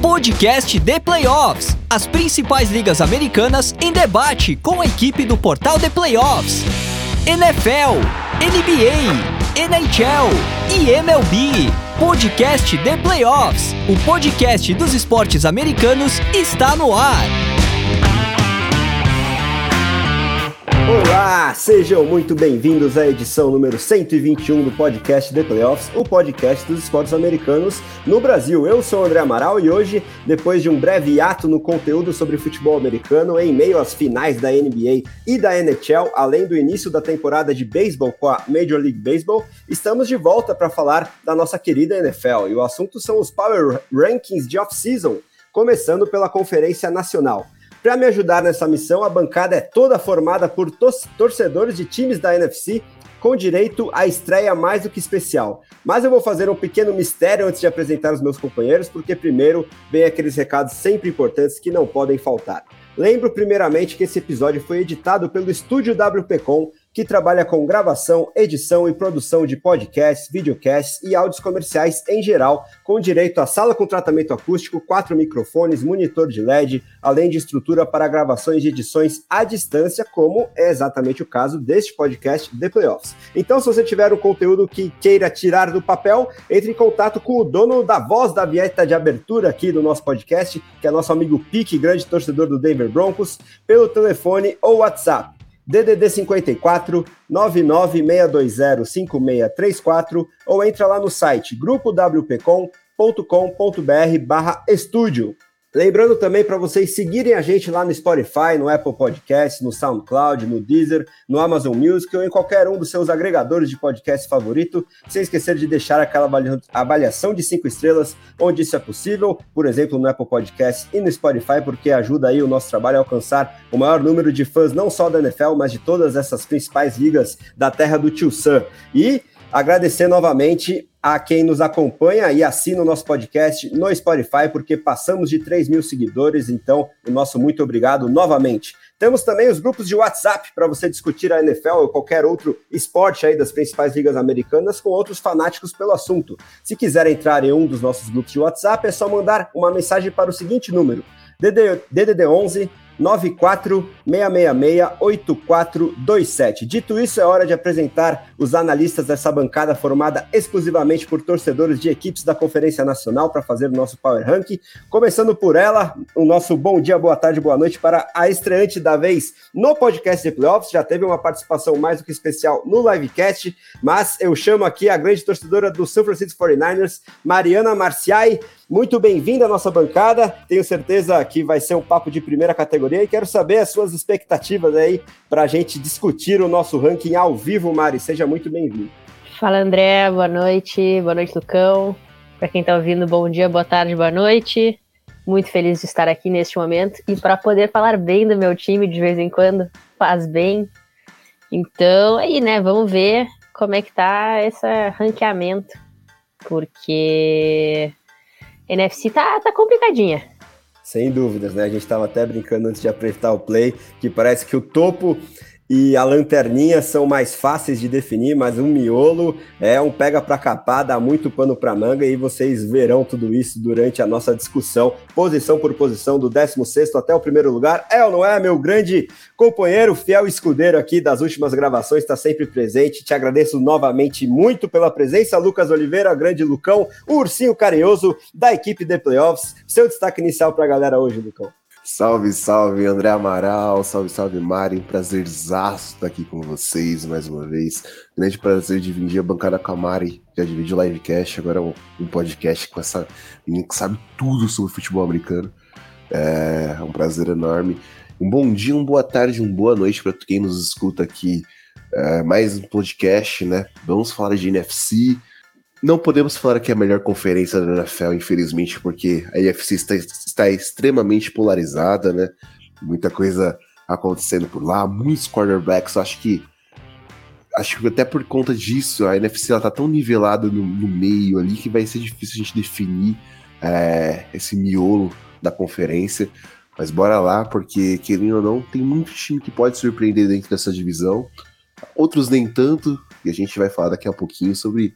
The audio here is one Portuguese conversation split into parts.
Podcast The Playoffs. As principais ligas americanas em debate com a equipe do portal The Playoffs. NFL, NBA, NHL e MLB. Podcast The Playoffs. O podcast dos esportes americanos está no ar. Olá, sejam muito bem-vindos à edição número 121 do podcast The Playoffs, o podcast dos esportes americanos no Brasil. Eu sou o André Amaral e hoje, depois de um breve hiato no conteúdo sobre futebol americano, em meio às finais da NBA e da NHL, além do início da temporada de beisebol com a Major League Baseball, estamos de volta para falar da nossa querida NFL. E o assunto são os Power Rankings de off-season, começando pela Conferência Nacional. Para me ajudar nessa missão, a bancada é toda formada por torcedores de times da NFC, com direito à estreia mais do que especial. Mas eu vou fazer um pequeno mistério antes de apresentar os meus companheiros, porque primeiro vem aqueles recados sempre importantes que não podem faltar. Lembro primeiramente que esse episódio foi editado pelo Estúdio WPcom, que trabalha com gravação, edição e produção de podcasts, videocasts e áudios comerciais em geral, com direito a sala com tratamento acústico, 4 microfones, monitor de LED, além de estrutura para gravações de edições à distância, como é exatamente o caso deste podcast The Playoffs. Então, se você tiver um conteúdo que queira tirar do papel, entre em contato com o dono da voz da vinheta de abertura aqui do nosso podcast, que é nosso amigo Pique, grande torcedor do Denver Broncos, pelo telefone ou WhatsApp. DDD 54 996205634 ou entra lá no site grupowpcom.com.br/estúdio. Lembrando também para vocês seguirem a gente lá no Spotify, no Apple Podcasts, no SoundCloud, no Deezer, no Amazon Music ou em qualquer um dos seus agregadores de podcast favorito, sem esquecer de deixar aquela avaliação de 5 estrelas onde isso é possível, por exemplo, no Apple Podcasts e no Spotify, porque ajuda aí o nosso trabalho a alcançar o maior número de fãs, não só da NFL, mas de todas essas principais ligas da terra do Tio Sam. E agradecer novamente a quem nos acompanha e assina o nosso podcast no Spotify, porque passamos de 3 mil seguidores, então o nosso muito obrigado novamente. Temos também os grupos de WhatsApp para você discutir a NFL ou qualquer outro esporte aí das principais ligas americanas com outros fanáticos pelo assunto. Se quiser entrar em um dos nossos grupos de WhatsApp, é só mandar uma mensagem para o seguinte número, DDD 11 946668427. Dito isso, é hora de apresentar os analistas dessa bancada formada exclusivamente por torcedores de equipes da Conferência Nacional para fazer o nosso Power Ranking. Começando por ela, o nosso bom dia, boa tarde, boa noite para a estreante da vez no podcast de Playoffs. Já teve uma participação mais do que especial no livecast, mas eu chamo aqui a grande torcedora do San Francisco 49ers, Mariana Marciai. Muito bem-vinda à nossa bancada, tenho certeza que vai ser um papo de primeira categoria e quero saber as suas expectativas aí para a gente discutir o nosso ranking ao vivo, Mari, seja muito bem-vindo. Fala André, boa noite Lucão, para quem está ouvindo, bom dia, boa tarde, boa noite, muito feliz de estar aqui neste momento e para poder falar bem do meu time de vez em quando, faz bem, então aí né, vamos ver como é que tá esse ranqueamento, porque NFC tá complicadinha. Sem dúvidas, né? A gente estava até brincando antes de apertar o play, que parece que o topo e a lanterninha são mais fáceis de definir, mas o miolo é um pega para capar, dá muito pano para manga e vocês verão tudo isso durante a nossa discussão, posição por posição, do 16º até o primeiro lugar. É ou não é, meu grande companheiro, fiel escudeiro aqui das últimas gravações, está sempre presente. Te agradeço novamente muito pela presença, Lucas Oliveira, grande Lucão, o ursinho carinhoso da equipe The Playoffs. Seu destaque inicial para a galera hoje, Lucão. Salve, salve, André Amaral, salve, salve, Mari, prazerzaço estar aqui com vocês mais uma vez, grande prazer dividir a bancada com a Mari, já dividi o livecast, agora um podcast com essa menina que sabe tudo sobre futebol americano, é um prazer enorme, um bom dia, uma boa tarde, uma boa noite para quem nos escuta aqui, mais um podcast, né, vamos falar de NFC. Não podemos falar que é a melhor conferência da NFL, infelizmente, porque a NFC está extremamente polarizada, né? Muita coisa acontecendo por lá, muitos quarterbacks. Acho que até por conta disso, a NFC está tão nivelada no meio ali que vai ser difícil a gente definir esse miolo da conferência. Mas bora lá, porque, querendo ou não, tem muito time que pode surpreender dentro dessa divisão. Outros nem tanto, e a gente vai falar daqui a pouquinho sobre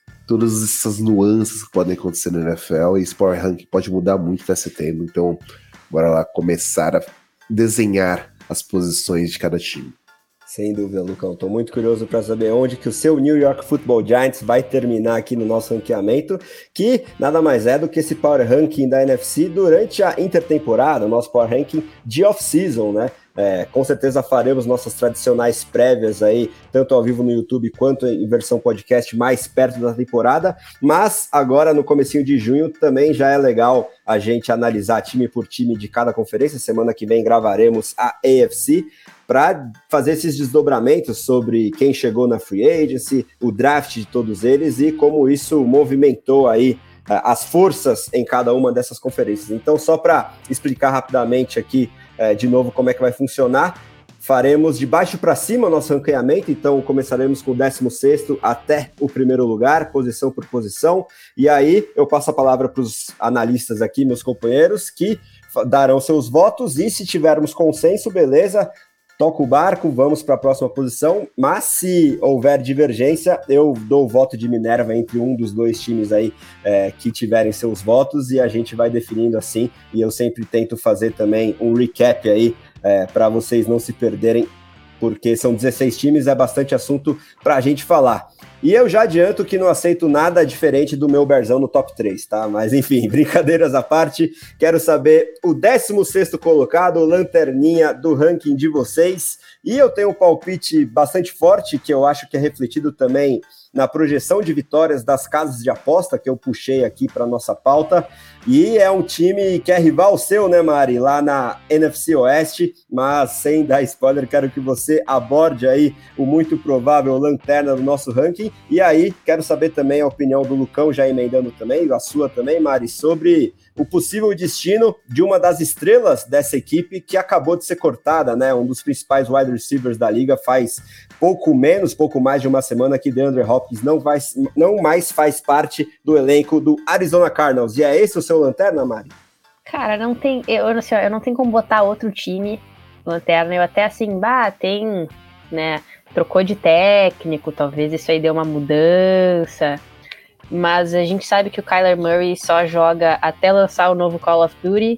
todas essas nuances que podem acontecer na NFL, e esse Power Ranking pode mudar muito até setembro, então bora lá começar a desenhar as posições de cada time. Sem dúvida, Lucão. Estou muito curioso para saber onde que o seu New York Football Giants vai terminar aqui no nosso ranqueamento, que nada mais é do que esse Power Ranking da NFC durante a intertemporada, o nosso Power Ranking de off-season, né? Com certeza faremos nossas tradicionais prévias aí, tanto ao vivo no YouTube quanto em versão podcast mais perto da temporada, mas agora no comecinho de junho também já é legal a gente analisar time por time de cada conferência. Semana que vem gravaremos a AFC para fazer esses desdobramentos sobre quem chegou na free agency, o draft de todos eles e como isso movimentou aí as forças em cada uma dessas conferências. Então, só para explicar rapidamente aqui de novo como é que vai funcionar, faremos de baixo para cima o nosso ranqueamento, então começaremos com o 16º até o primeiro lugar, posição por posição, e aí eu passo a palavra para os analistas aqui, meus companheiros, que darão seus votos, e se tivermos consenso, beleza, toca o barco, vamos para a próxima posição, mas se houver divergência, eu dou o voto de Minerva entre um dos dois times aí que tiverem seus votos e a gente vai definindo assim, e eu sempre tento fazer também um recap aí para vocês não se perderem, porque são 16 times, é bastante assunto para a gente falar. E eu já adianto que não aceito nada diferente do meu Berzão no top 3, tá? Mas enfim, brincadeiras à parte, quero saber o 16º colocado, lanterninha do ranking de vocês, e eu tenho um palpite bastante forte, que eu acho que é refletido também na projeção de vitórias das casas de aposta, que eu puxei aqui para nossa pauta, e é um time que é rival seu, né, Mari, lá na NFC Oeste, mas sem dar spoiler, quero que você aborde aí o muito provável lanterna do nosso ranking, e aí quero saber também a opinião do Lucão, já emendando também, a sua também, Mari, sobre o possível destino de uma das estrelas dessa equipe que acabou de ser cortada, né, um dos principais wide receivers da liga, faz pouco mais de uma semana que DeAndre Hopkins não mais faz parte do elenco do Arizona Cardinals. E é esse o seu lanterna, Mari? Cara, não tem, eu não tenho como botar outro time lanterna. Eu até assim, tem, né, trocou de técnico, talvez isso aí deu uma mudança, mas a gente sabe que o Kyler Murray só joga até lançar o novo Call of Duty,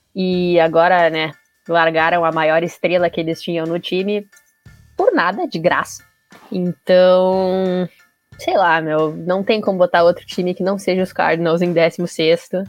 e agora, né, largaram a maior estrela que eles tinham no time por nada, de graça. Então, sei lá, não tem como botar outro time que não seja os Cardinals em 16º.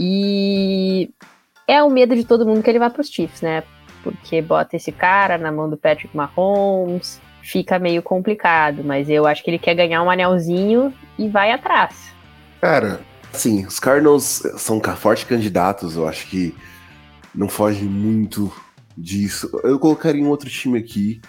E é o medo de todo mundo que ele vá para os Chiefs, né? Porque bota esse cara na mão do Patrick Mahomes, fica meio complicado, mas eu acho que ele quer ganhar um anelzinho e vai atrás. Cara, assim, os Cardinals são fortes candidatos, eu acho que não foge muito disso. Eu colocaria um outro time aqui,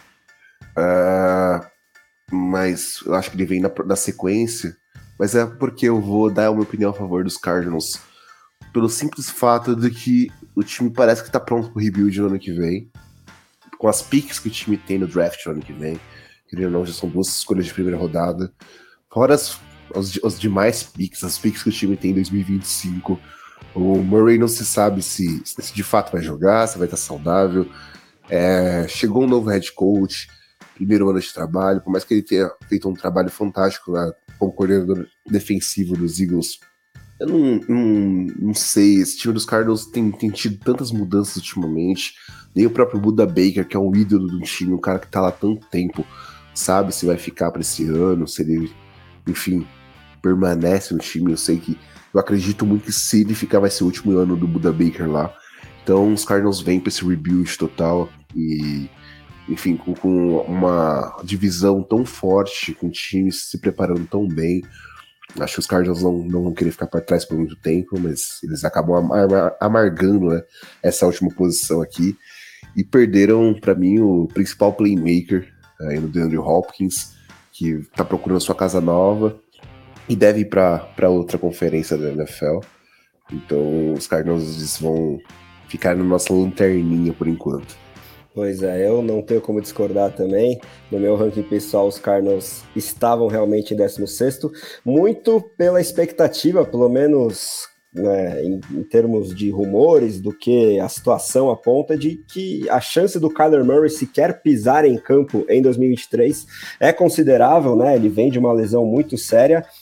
mas eu acho que ele vem na sequência, mas é porque eu vou dar a minha opinião a favor dos Cardinals, pelo simples fato de que o time parece que tá pronto pro rebuild no ano que vem, com as picks que o time tem no draft no ano que vem, querendo ou não, já são 2 escolhas de primeira rodada, fora os demais picks, as picks que o time tem em 2025, o Murray não se sabe se de fato vai jogar, se vai estar saudável, chegou um novo head coach, primeiro ano de trabalho, por mais que ele tenha feito um trabalho fantástico lá como coordenador defensivo dos Eagles, eu não sei, esse time dos Cardinals tem tido tantas mudanças ultimamente, nem o próprio Budda Baker, que é um ídolo do time, um cara que tá lá há tanto tempo, sabe se vai ficar para esse ano, se ele, enfim, permanece no time. Eu acredito muito que se ele ficar vai ser o último ano do Budda Baker lá, então os Cardinals vêm para esse rebuild total e, enfim, com uma divisão tão forte, com times se preparando tão bem. Acho que os Cardinals não vão querer ficar para trás por muito tempo, mas eles acabam amargando, né, essa última posição aqui e perderam, para mim, o principal playmaker aí no DeAndre Hopkins, que está procurando sua casa nova e deve ir para outra conferência da NFL. Então os Cardinals vão ficar na nossa lanterninha por enquanto. Pois é, eu não tenho como discordar também. No meu ranking pessoal, os Cardinals estavam realmente em 16º, muito pela expectativa, pelo menos, né, em termos de rumores, do que a situação aponta, de que a chance do Kyler Murray sequer pisar em campo em 2023 é considerável, né? Ele vem de uma lesão muito séria.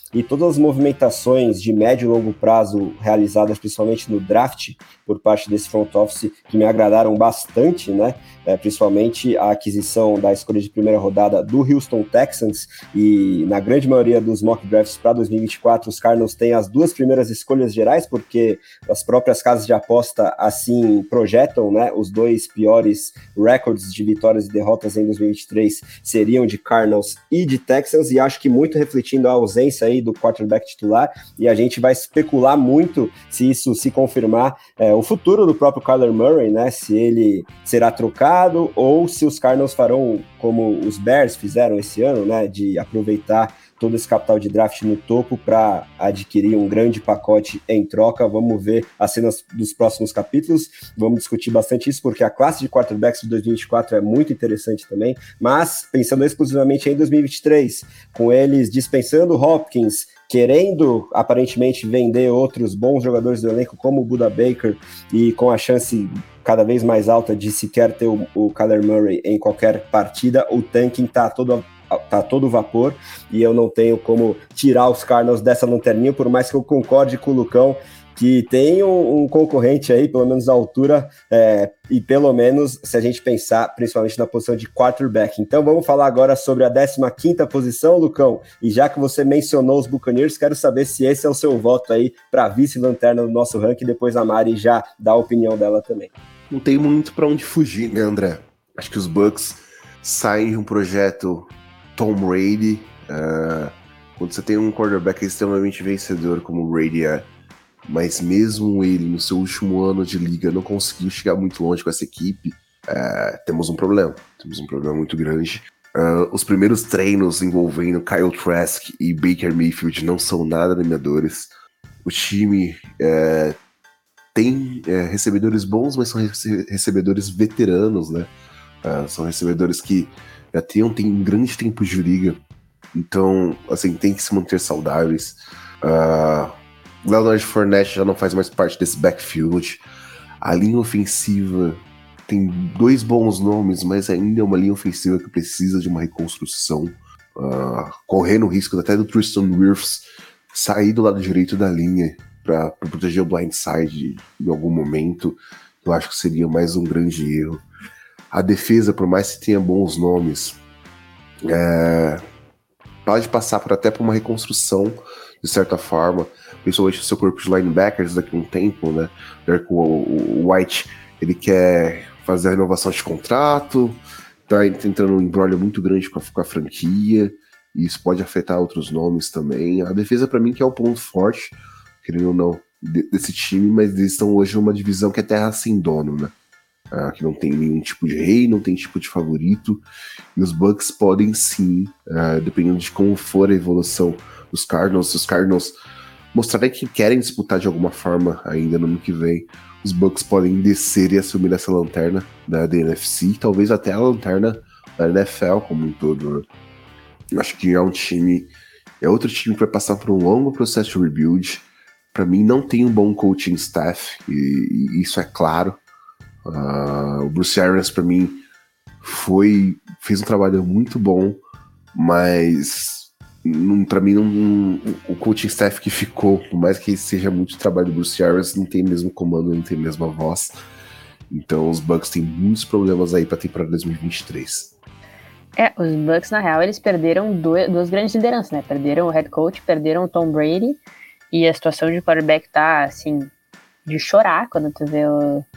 e todas as movimentações de médio e longo prazo realizadas principalmente no draft por parte desse front office que me agradaram bastante, né? Principalmente a aquisição da escolha de primeira rodada do Houston Texans, e na grande maioria dos mock drafts para 2024 os Cardinals têm as 2 primeiras escolhas gerais, porque as próprias casas de aposta assim projetam, né? Os 2 piores records de vitórias e derrotas em 2023 seriam de Cardinals e de Texans, e acho que muito refletindo a ausência aí do quarterback titular, e a gente vai especular muito se isso se confirmar, o futuro do próprio Kyler Murray, né? Se ele será trocado ou se os Cardinals farão como os Bears fizeram esse ano, né? De aproveitar todo esse capital de draft no topo para adquirir um grande pacote em troca. Vamos ver as cenas dos próximos capítulos, vamos discutir bastante isso, porque a classe de quarterbacks de 2024 é muito interessante também, mas pensando exclusivamente em 2023, com eles dispensando Hopkins, querendo aparentemente vender outros bons jogadores do elenco como o Budda Baker, e com a chance cada vez mais alta de sequer ter o Kyler Murray em qualquer partida, o tanking tá todo vapor, e eu não tenho como tirar os Cardinals dessa lanterninha, por mais que eu concorde com o Lucão que tem um concorrente aí, pelo menos à altura, e pelo menos se a gente pensar principalmente na posição de quarterback. Então vamos falar agora sobre a 15ª posição, Lucão, e já que você mencionou os Buccaneers, quero saber se esse é o seu voto aí para vice-lanterna do nosso ranking, depois a Mari já dá a opinião dela também. Não tem muito para onde fugir, né, André? Acho que os Bucs saem de um projeto Tom Brady, quando você tem um quarterback extremamente vencedor como o Brady é, mas mesmo ele, no seu último ano de liga, não conseguiu chegar muito longe com essa equipe, temos um problema muito grande. Os primeiros treinos envolvendo Kyle Trask e Baker Mayfield não são nada animadores. O time tem recebedores bons, mas são recebedores veteranos, né? São recebedores que já têm um grande tempo de liga, então, assim, tem que se manter saudáveis. Leonard Fournette já não faz mais parte desse backfield. A linha ofensiva tem 2 bons nomes, mas ainda é uma linha ofensiva que precisa de uma reconstrução, correndo o risco até do Tristan Wirfs sair do lado direito da linha para proteger o blindside em algum momento. Eu acho que seria mais um grande erro. A defesa, por mais que tenha bons nomes, pode passar até por uma reconstrução, de certa forma, principalmente o seu corpo de linebackers daqui a um tempo, né? O White, ele quer fazer a renovação de contrato, tá entrando um embrolho muito grande com a franquia, e isso pode afetar outros nomes também. A defesa, para mim, que é o ponto forte, querendo ou não, desse time, mas eles estão hoje numa divisão que é terra sem dono, né? Que não tem nenhum tipo de rei, não tem tipo de favorito, e os Bucs podem sim, dependendo de como for a evolução dos Cardinals, se os Cardinals mostrarem que querem disputar de alguma forma ainda no ano que vem, os Bucs podem descer e assumir essa lanterna da NFC, talvez até a lanterna da NFL como um todo. Eu acho que é outro time que vai passar por um longo processo de rebuild. Para mim não tem um bom coaching staff, e isso é claro. O Bruce Arians, para mim, fez um trabalho muito bom, mas para mim o coaching staff que ficou, por mais que seja muito trabalho do Bruce Arians, não tem mesmo comando, não tem a mesma voz. Então os Bucs têm muitos problemas aí para a temporada 2023. Os Bucs, na real, eles perderam duas grandes lideranças, né? Perderam o head coach, perderam o Tom Brady, e a situação de quarterback tá, assim, de chorar quando tu vê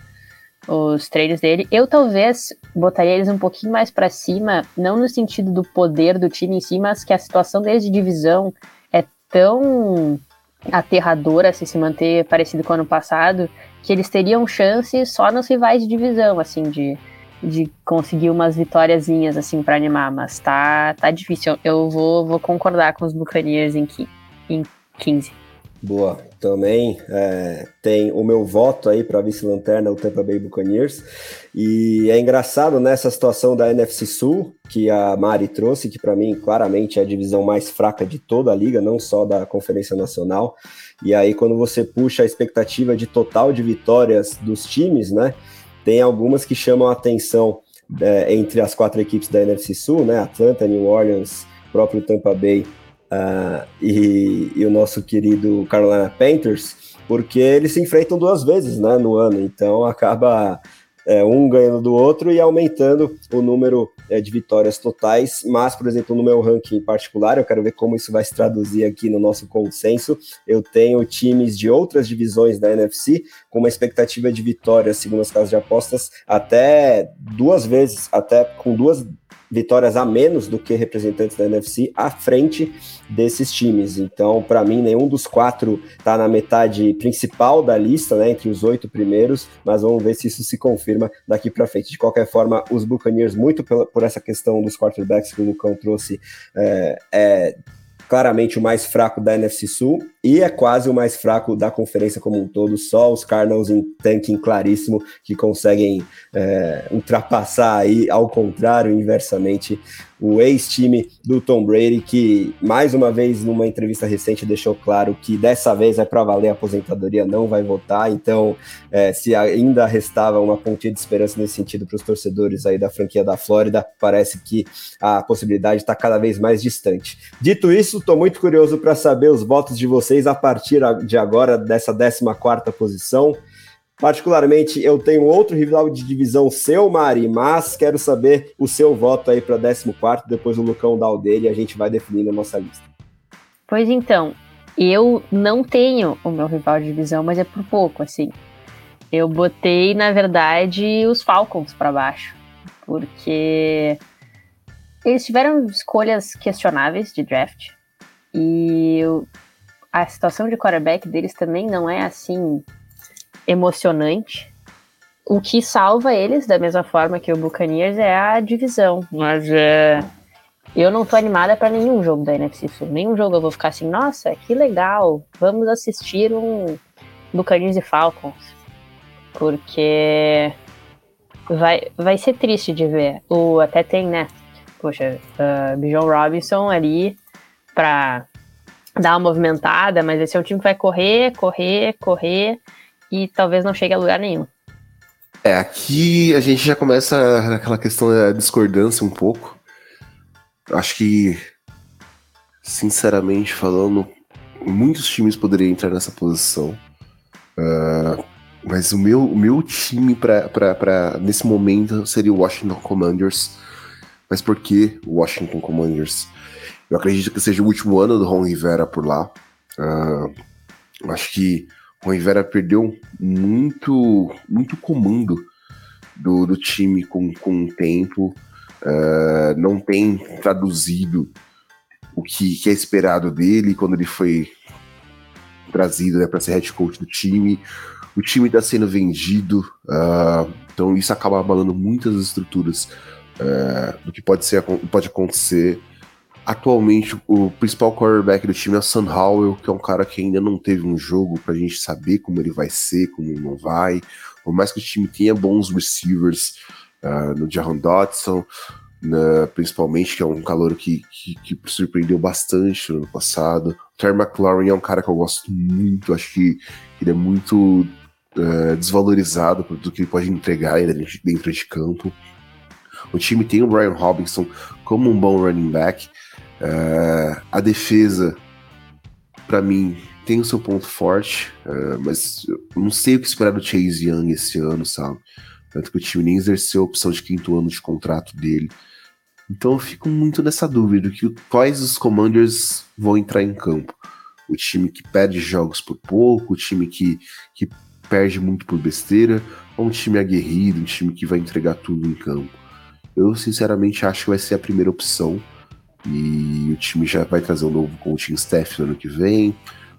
os treinos dele. Eu talvez botaria eles um pouquinho mais pra cima, não no sentido do poder do time em si, mas que a situação deles de divisão é tão aterradora se manter parecido com o ano passado, que eles teriam chance só nos rivais de divisão, assim, de conseguir umas vitóriazinhas, assim, pra animar, mas tá difícil. Eu vou concordar com os Buccaneers em 15. Boa, também tem o meu voto aí para vice-lanterna, o Tampa Bay Buccaneers, e é engraçado nessa situação da NFC Sul, que a Mari trouxe, que para mim claramente é a divisão mais fraca de toda a liga, não só da Conferência Nacional, e aí quando você puxa a expectativa de total de vitórias dos times, né, tem algumas que chamam a atenção entre as 4 equipes da NFC Sul, né, Atlanta, New Orleans, próprio Tampa Bay, e o nosso querido Carolina Panthers, porque eles se enfrentam 2 vezes, né, no ano, então acaba um ganhando do outro e aumentando o número de vitórias totais. Mas, por exemplo, no meu ranking particular, eu quero ver como isso vai se traduzir aqui no nosso consenso. Eu tenho times de outras divisões da NFC com uma expectativa de vitórias, segundo as casas de apostas, até 2 vezes, até com 2 vitórias a menos do que representantes da NFC à frente desses times. Então, para mim, nenhum dos 4 está na metade principal da lista, né, entre os 8 primeiros, mas vamos ver se isso se confirma daqui para frente. De qualquer forma, os Buccaneers, muito por essa questão dos quarterbacks que o Lucão trouxe, claramente o mais fraco da NFC Sul e é quase o mais fraco da conferência como um todo. Só os Cardinals em tanking claríssimo que conseguem ultrapassar aí, ao contrário, inversamente, o ex-time do Tom Brady, que mais uma vez numa entrevista recente deixou claro que dessa vez é para valer a aposentadoria, não vai votar. Então, se ainda restava uma pontinha de esperança nesse sentido para os torcedores aí da franquia da Flórida, parece que a possibilidade está cada vez mais distante. Dito isso, estou muito curioso para saber os votos de vocês a partir de agora, dessa 14ª posição. Particularmente, eu tenho outro rival de divisão seu, Mari, mas quero saber o seu voto aí para 14º, depois o Lucão dá o dele e a gente vai definindo a nossa lista. Pois então, eu não tenho o meu rival de divisão, mas é por pouco, assim. Eu botei, na verdade, os Falcons para baixo, porque eles tiveram escolhas questionáveis de draft e a situação de quarterback deles também não é assim emocionante. O que salva eles, da mesma forma que o Buccaneers, é a divisão. Mas eu não tô animada para nenhum jogo da NFC Sul. Nenhum jogo eu vou ficar assim, nossa, que legal, vamos assistir um Buccaneers e Falcons. Porque vai ser triste de ver. Até tem, né? Poxa, Bijan Robinson ali pra dar uma movimentada, mas esse é um time que vai correr e talvez não chegue a lugar nenhum. Aqui a gente já começa naquela questão da discordância um pouco. Acho que, sinceramente falando, muitos times poderiam entrar nessa posição. Mas o meu time pra nesse momento seria o Washington Commanders. Mas por que o Washington Commanders? Eu acredito que seja o último ano do Ron Rivera por lá. Acho que o Ron Rivera perdeu muito comando do time com o tempo. Não tem traduzido o que é esperado dele quando ele foi trazido, né, para ser head coach do time. O time está sendo vendido, então isso acaba abalando muitas estruturas do que pode acontecer. Atualmente, o principal quarterback do time é o Sam Howell, que é um cara que ainda não teve um jogo pra gente saber como ele vai ser, como não vai. Por mais que o time tenha bons receivers, no Jahan Dotson, principalmente, que é um calouro que surpreendeu bastante no ano passado. O Terry McLaurin é um cara que eu gosto muito, acho que ele é muito desvalorizado do que ele pode entregar ainda dentro de campo. O time tem o Brian Robinson como um bom running back. A defesa, para mim, tem o seu ponto forte, mas eu não sei o que esperar do Chase Young esse ano, sabe? Tanto que o time nem exerceu a opção de 5º ano de contrato dele. Então eu fico muito nessa dúvida de quais os Commanders vão entrar em campo. O time que perde jogos por pouco, o time que perde muito por besteira, ou um time aguerrido, um time que vai entregar tudo em campo. Eu sinceramente acho que vai ser a primeira opção. E o time já vai trazer um novo coaching staff no ano que vem,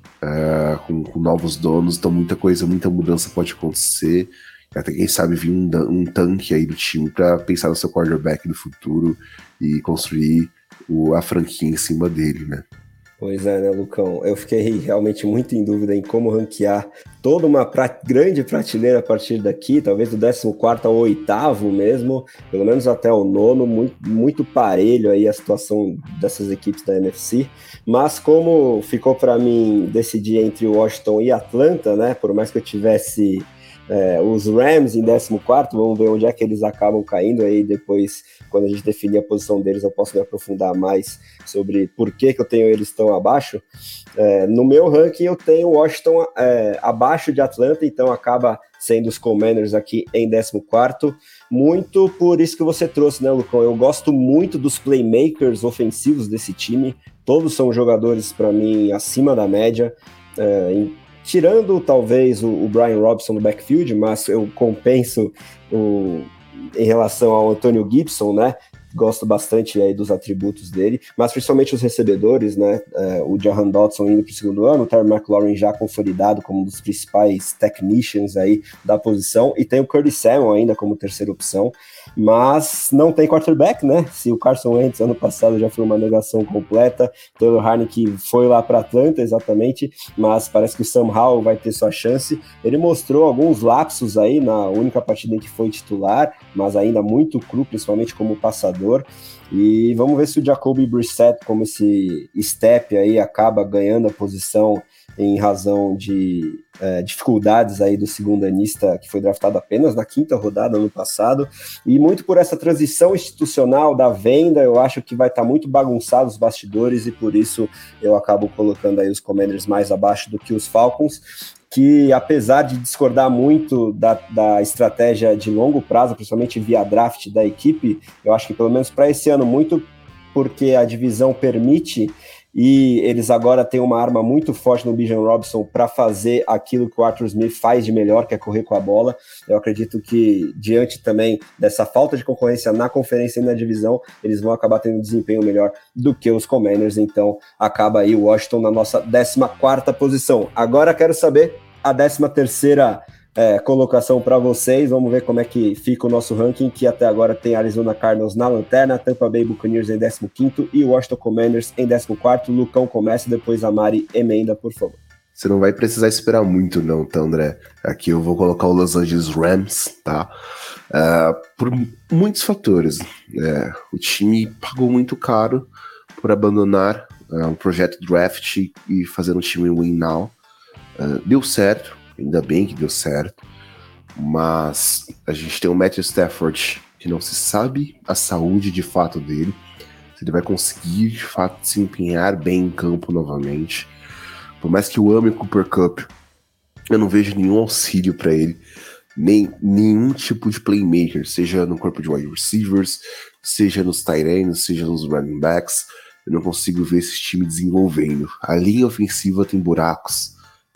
com novos donos, então muita mudança pode acontecer. Até quem sabe vir um tanque aí do time para pensar no seu quarterback no futuro e construir a franquia em cima dele, né? Pois é, né, Lucão? Eu fiquei realmente muito em dúvida em como ranquear toda uma grande prateleira a partir daqui, talvez do 14º ao 8º mesmo, pelo menos até o 9º, muito, muito parelho aí a situação dessas equipes da NFC, mas como ficou para mim decidir entre Washington e Atlanta, né, por mais que eu tivesse Os Rams em 14º, vamos ver onde é que eles acabam caindo, aí depois, quando a gente definir a posição deles, eu posso me aprofundar mais sobre por que eu tenho eles tão abaixo. No meu ranking eu tenho Washington abaixo de Atlanta, então acaba sendo os Commanders aqui em 14º, muito por isso que você trouxe, né, Lucão? Eu gosto muito dos playmakers ofensivos desse time, todos são jogadores, para mim, acima da média, tirando talvez o Brian Robinson no backfield, mas eu compenso em relação ao Antonio Gibson, né? Gosto bastante aí dos atributos dele, mas principalmente os recebedores, né? O Jahan Dotson indo para o segundo ano, o Terry McLaurin já consolidado como um dos principais technicians aí da posição, e tem o Curtis Samuel ainda como terceira opção, mas não tem quarterback, né? Se o Carson Wentz ano passado já foi uma negação completa, Taylor Heinicke foi lá para Atlanta exatamente, mas parece que o Sam Howell vai ter sua chance. Ele mostrou alguns lapsos aí na única partida em que foi titular, mas ainda muito cru, principalmente como passador. E vamos ver se o Jacoby Brissett, como esse step aí, acaba ganhando a posição em razão de dificuldades aí do segundanista que foi draftado apenas na 5ª rodada ano passado, e muito por essa transição institucional da venda, eu acho que vai estar muito bagunçado os bastidores, e por isso eu acabo colocando aí os Commanders mais abaixo do que os Falcons, que apesar de discordar muito da estratégia de longo prazo, principalmente via draft da equipe, eu acho que pelo menos para esse ano, muito porque a divisão permite, e eles agora têm uma arma muito forte no Bijan Robinson para fazer aquilo que o Arthur Smith faz de melhor, que é correr com a bola. Eu acredito que, diante também dessa falta de concorrência na conferência e na divisão, eles vão acabar tendo um desempenho melhor do que os Commanders, então acaba aí o Washington na nossa 14ª posição. Agora quero saber a 13ª colocação para vocês. Vamos ver como é que fica o nosso ranking, que até agora tem Arizona Cardinals na lanterna, Tampa Bay Buccaneers em 15º e Washington Commanders em 14º. Lucão começa, depois a Mari emenda, por favor. Você não vai precisar esperar muito não, tá, André? Aqui eu vou colocar o Los Angeles Rams, tá? Por muitos fatores. O time pagou muito caro por abandonar um projeto draft e fazer um time win now. Deu certo, ainda bem que deu certo, mas a gente tem o Matthew Stafford, que não se sabe a saúde de fato dele, se ele vai conseguir de fato se empenhar bem em campo novamente. Por mais que eu ame o Cooper Kupp, eu não vejo nenhum auxílio para ele, nem nenhum tipo de playmaker, seja no corpo de wide receivers, seja nos tight ends, seja nos running backs. Eu não consigo ver esse time desenvolvendo. A linha ofensiva tem buracos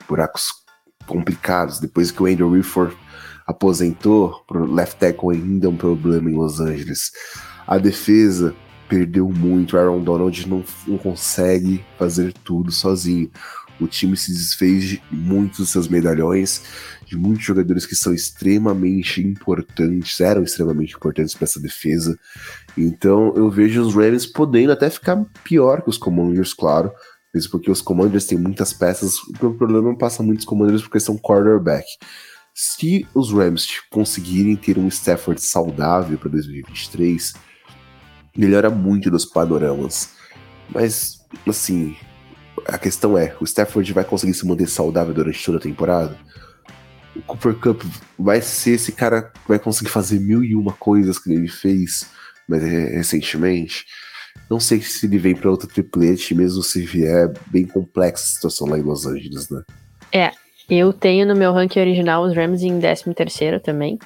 complicados. Depois que o Andrew Whitworth aposentou, o left tackle ainda é um problema em Los Angeles. A defesa perdeu muito. O Aaron Donald não consegue fazer tudo sozinho. O time se desfez de muitos dos seus medalhões, de muitos jogadores que são extremamente importantes, eram extremamente importantes para essa defesa. Então eu vejo os Ravens podendo até ficar pior que os Commanders, claro, mesmo porque os Commanders têm muitas peças. O problema passa muitos Commanders porque são quarterback. Se os Rams conseguirem ter um Stafford saudável para 2023, melhora muito dos panoramas. Mas, assim, a questão é, o Stafford vai conseguir se manter saudável durante toda a temporada? O Cooper Kupp vai ser esse cara que vai conseguir fazer 1001 coisas que ele fez mas recentemente? Não sei se ele vem para outro triplete, mesmo se vier, bem complexa a situação lá em Los Angeles, né? Eu tenho no meu ranking original os Rams em 13º também.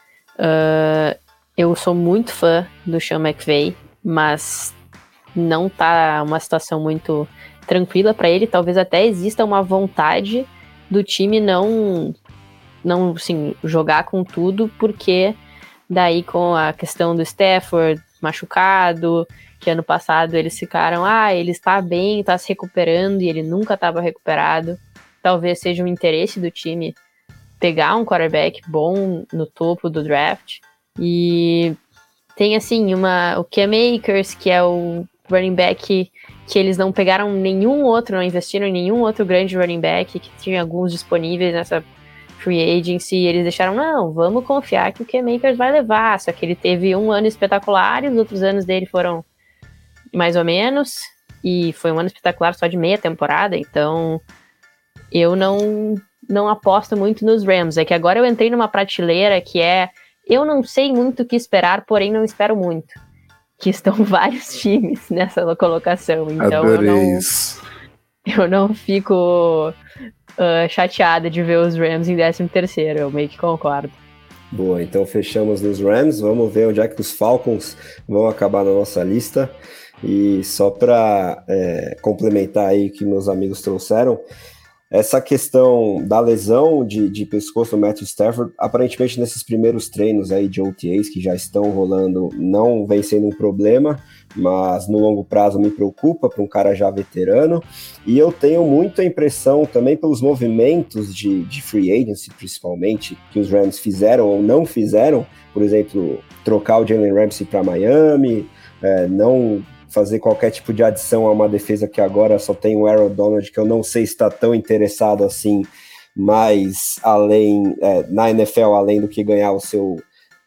Eu sou muito fã do Sean McVay, mas não tá uma situação muito tranquila para ele. Talvez até exista uma vontade do time não assim, jogar com tudo, porque daí com a questão do Stafford machucado, que ano passado eles ficaram, ele está bem, está se recuperando, e ele nunca estava recuperado. Talvez seja um interesse do time pegar um quarterback bom no topo do draft. E tem assim, o Cam Akers, que é o running back que eles não pegaram nenhum outro, não investiram em nenhum outro grande running back, que tinha alguns disponíveis nessa free agency, e eles deixaram, não, vamos confiar que o Cam Akers vai levar, só que ele teve um ano espetacular e os outros anos dele foram mais ou menos, e foi um ano espetacular só de meia temporada, então eu não não aposto muito nos Rams. É que agora eu entrei numa prateleira que eu não sei muito o que esperar, porém não espero muito. Que estão vários times nessa colocação. Então Adorei isso. Eu não fico chateada de ver os Rams em 13º. Eu meio que concordo. Boa, então fechamos nos Rams. Vamos ver onde é que os Falcons vão acabar na nossa lista. E só para complementar aí o que meus amigos trouxeram, essa questão da lesão de pescoço do Matthew Stafford, aparentemente nesses primeiros treinos aí de OTAs que já estão rolando, não vem sendo um problema, mas no longo prazo me preocupa para um cara já veterano. E eu tenho muita impressão também pelos movimentos de free agency, principalmente, que os Rams fizeram ou não fizeram, por exemplo, trocar o Jalen Ramsey para Miami, não fazer qualquer tipo de adição a uma defesa que agora só tem o Aaron Donald, que eu não sei se está tão interessado assim, mas na NFL, além do que ganhar o seu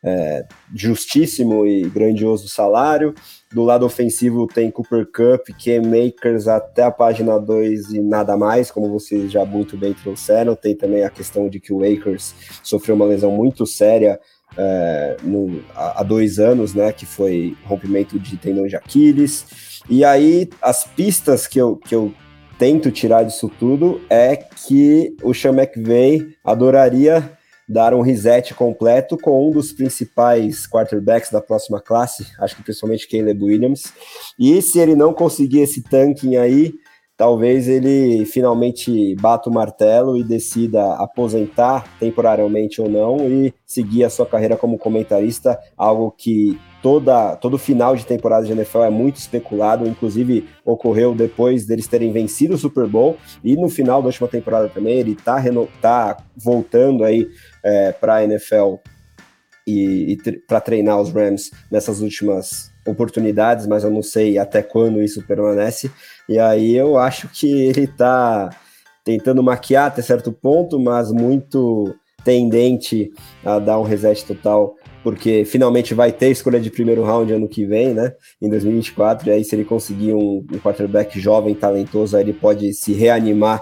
justíssimo e grandioso salário. Do lado ofensivo tem Cooper Kupp, Cam Akers até a página 2 e nada mais, como vocês já muito bem trouxeram. Tem também a questão de que o Akers sofreu uma lesão muito séria há 2 anos, né, que foi rompimento de tendão de Aquiles. E aí as pistas que eu tento tirar disso tudo é que o Sean McVay adoraria dar um reset completo com um dos principais quarterbacks da próxima classe, acho que principalmente Caleb Williams, e se ele não conseguir esse tanking aí, talvez ele finalmente bata o martelo e decida aposentar temporariamente ou não e seguir a sua carreira como comentarista, algo que todo final de temporada de NFL é muito especulado, inclusive ocorreu depois deles terem vencido o Super Bowl, e no final da última temporada também ele tá voltando aí para a NFL e para treinar os Rams nessas últimas oportunidades, mas eu não sei até quando isso permanece. E aí eu acho que ele tá tentando maquiar até certo ponto, mas muito tendente a dar um reset total, porque finalmente vai ter escolha de primeiro round ano que vem, né, em 2024, e aí se ele conseguir um quarterback jovem, talentoso, aí ele pode se reanimar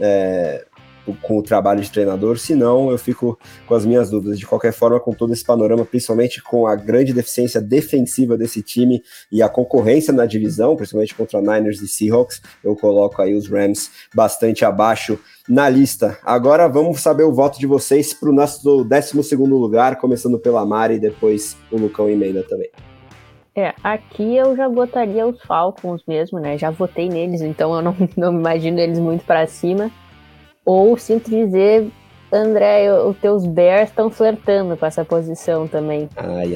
com o trabalho de treinador. Se não, eu fico com as minhas dúvidas. De qualquer forma, com todo esse panorama, principalmente com a grande deficiência defensiva desse time e a concorrência na divisão, principalmente contra Niners e Seahawks, eu coloco aí os Rams bastante abaixo na lista. Agora vamos saber o voto de vocês para o nosso 12º lugar, começando pela Mari e depois o Lucão emenda também. Aqui eu já botaria os Falcons mesmo, né? Já votei neles, então eu não imagino eles muito para cima. Ou, sinto dizer, André, os teus Bears estão flertando com essa posição também. Ai.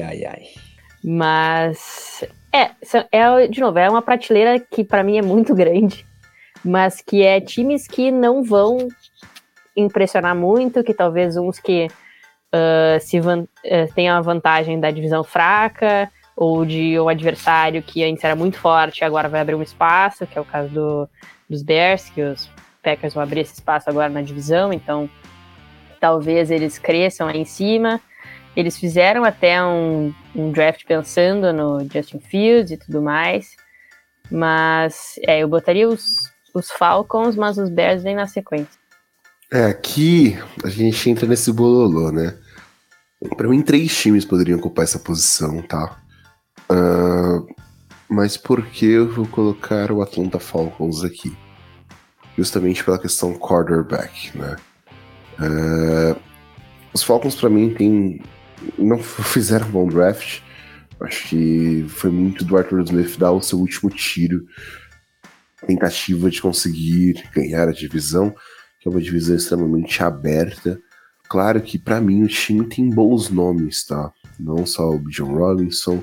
Mas, de novo, é uma prateleira que para mim é muito grande, mas que é times que não vão impressionar muito, que talvez uns que tenham a vantagem da divisão fraca, ou de um adversário que antes era muito forte, agora vai abrir um espaço, que é o caso dos Bears, que os Packers vão abrir esse espaço agora na divisão, então talvez eles cresçam aí em cima. Eles fizeram até um draft pensando no Justin Fields e tudo mais, mas eu botaria os Falcons, mas os Bears vêm na sequência. Aqui a gente entra nesse bololô, né? Para mim, 3 times poderiam ocupar essa posição, tá? Mas por que eu vou colocar o Atlanta Falcons aqui? Justamente pela questão quarterback, né? Os Falcons, para mim, não fizeram um bom draft. Acho que foi muito do Arthur Smith dar o seu último tiro, tentativa de conseguir ganhar a divisão, que é uma divisão extremamente aberta. Claro que, para mim, o time tem bons nomes, tá? Não só o John Robinson.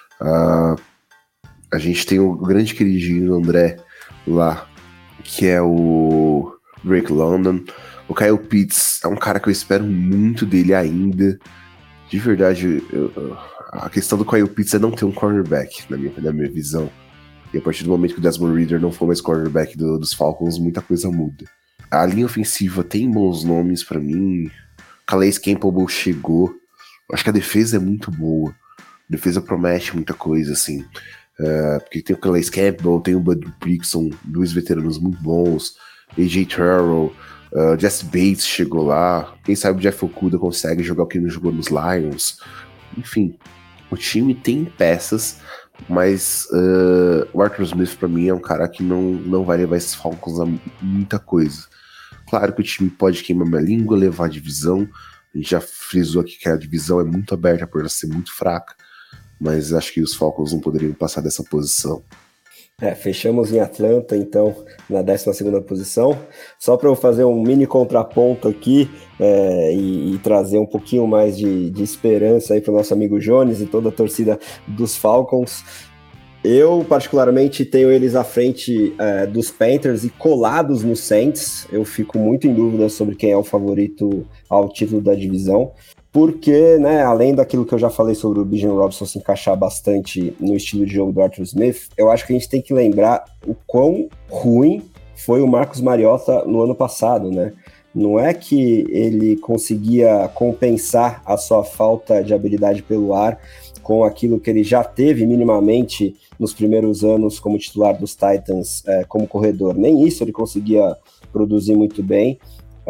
A gente tem o grande queridinho André lá, que é o Drake London. O Kyle Pitts é um cara que eu espero muito dele ainda. De verdade, a questão do Kyle Pitts é não ter um cornerback, na minha visão. E a partir do momento que o Desmond Ridder não for mais cornerback dos Falcons, muita coisa muda. A linha ofensiva tem bons nomes pra mim. Calais Campbell chegou. Acho que a defesa é muito boa. A defesa promete muita coisa, assim. Porque tem o Calais Campbell, tem o Bud Prixon, 2 veteranos muito bons, AJ Terrell, Jesse Bates chegou lá, quem sabe o Jeff Okuda consegue jogar o que não jogou nos Lions. Enfim, o time tem peças, mas o Arthur Smith pra mim é um cara que não vai levar esses Falcons a muita coisa. Claro que o time pode queimar minha língua, levar a divisão. A gente já frisou aqui que a divisão é muito aberta por ela ser muito fraca, mas acho que os Falcons não poderiam passar dessa posição. Fechamos em Atlanta, então, na 12ª posição. Só para eu fazer um mini contraponto aqui e trazer um pouquinho mais de esperança aí para o nosso amigo Jones e toda a torcida dos Falcons. Eu, particularmente, tenho eles à frente dos Panthers e colados no Saints. Eu fico muito em dúvida sobre quem é o favorito ao título da divisão. Porque, né, além daquilo que eu já falei sobre o Bijan Robinson se encaixar bastante no estilo de jogo do Arthur Smith, eu acho que a gente tem que lembrar o quão ruim foi o Marcus Mariota no ano passado, né? Não é que ele conseguia compensar a sua falta de habilidade pelo ar com aquilo que ele já teve minimamente nos primeiros anos como titular dos Titans como corredor. Nem isso ele conseguia produzir muito bem.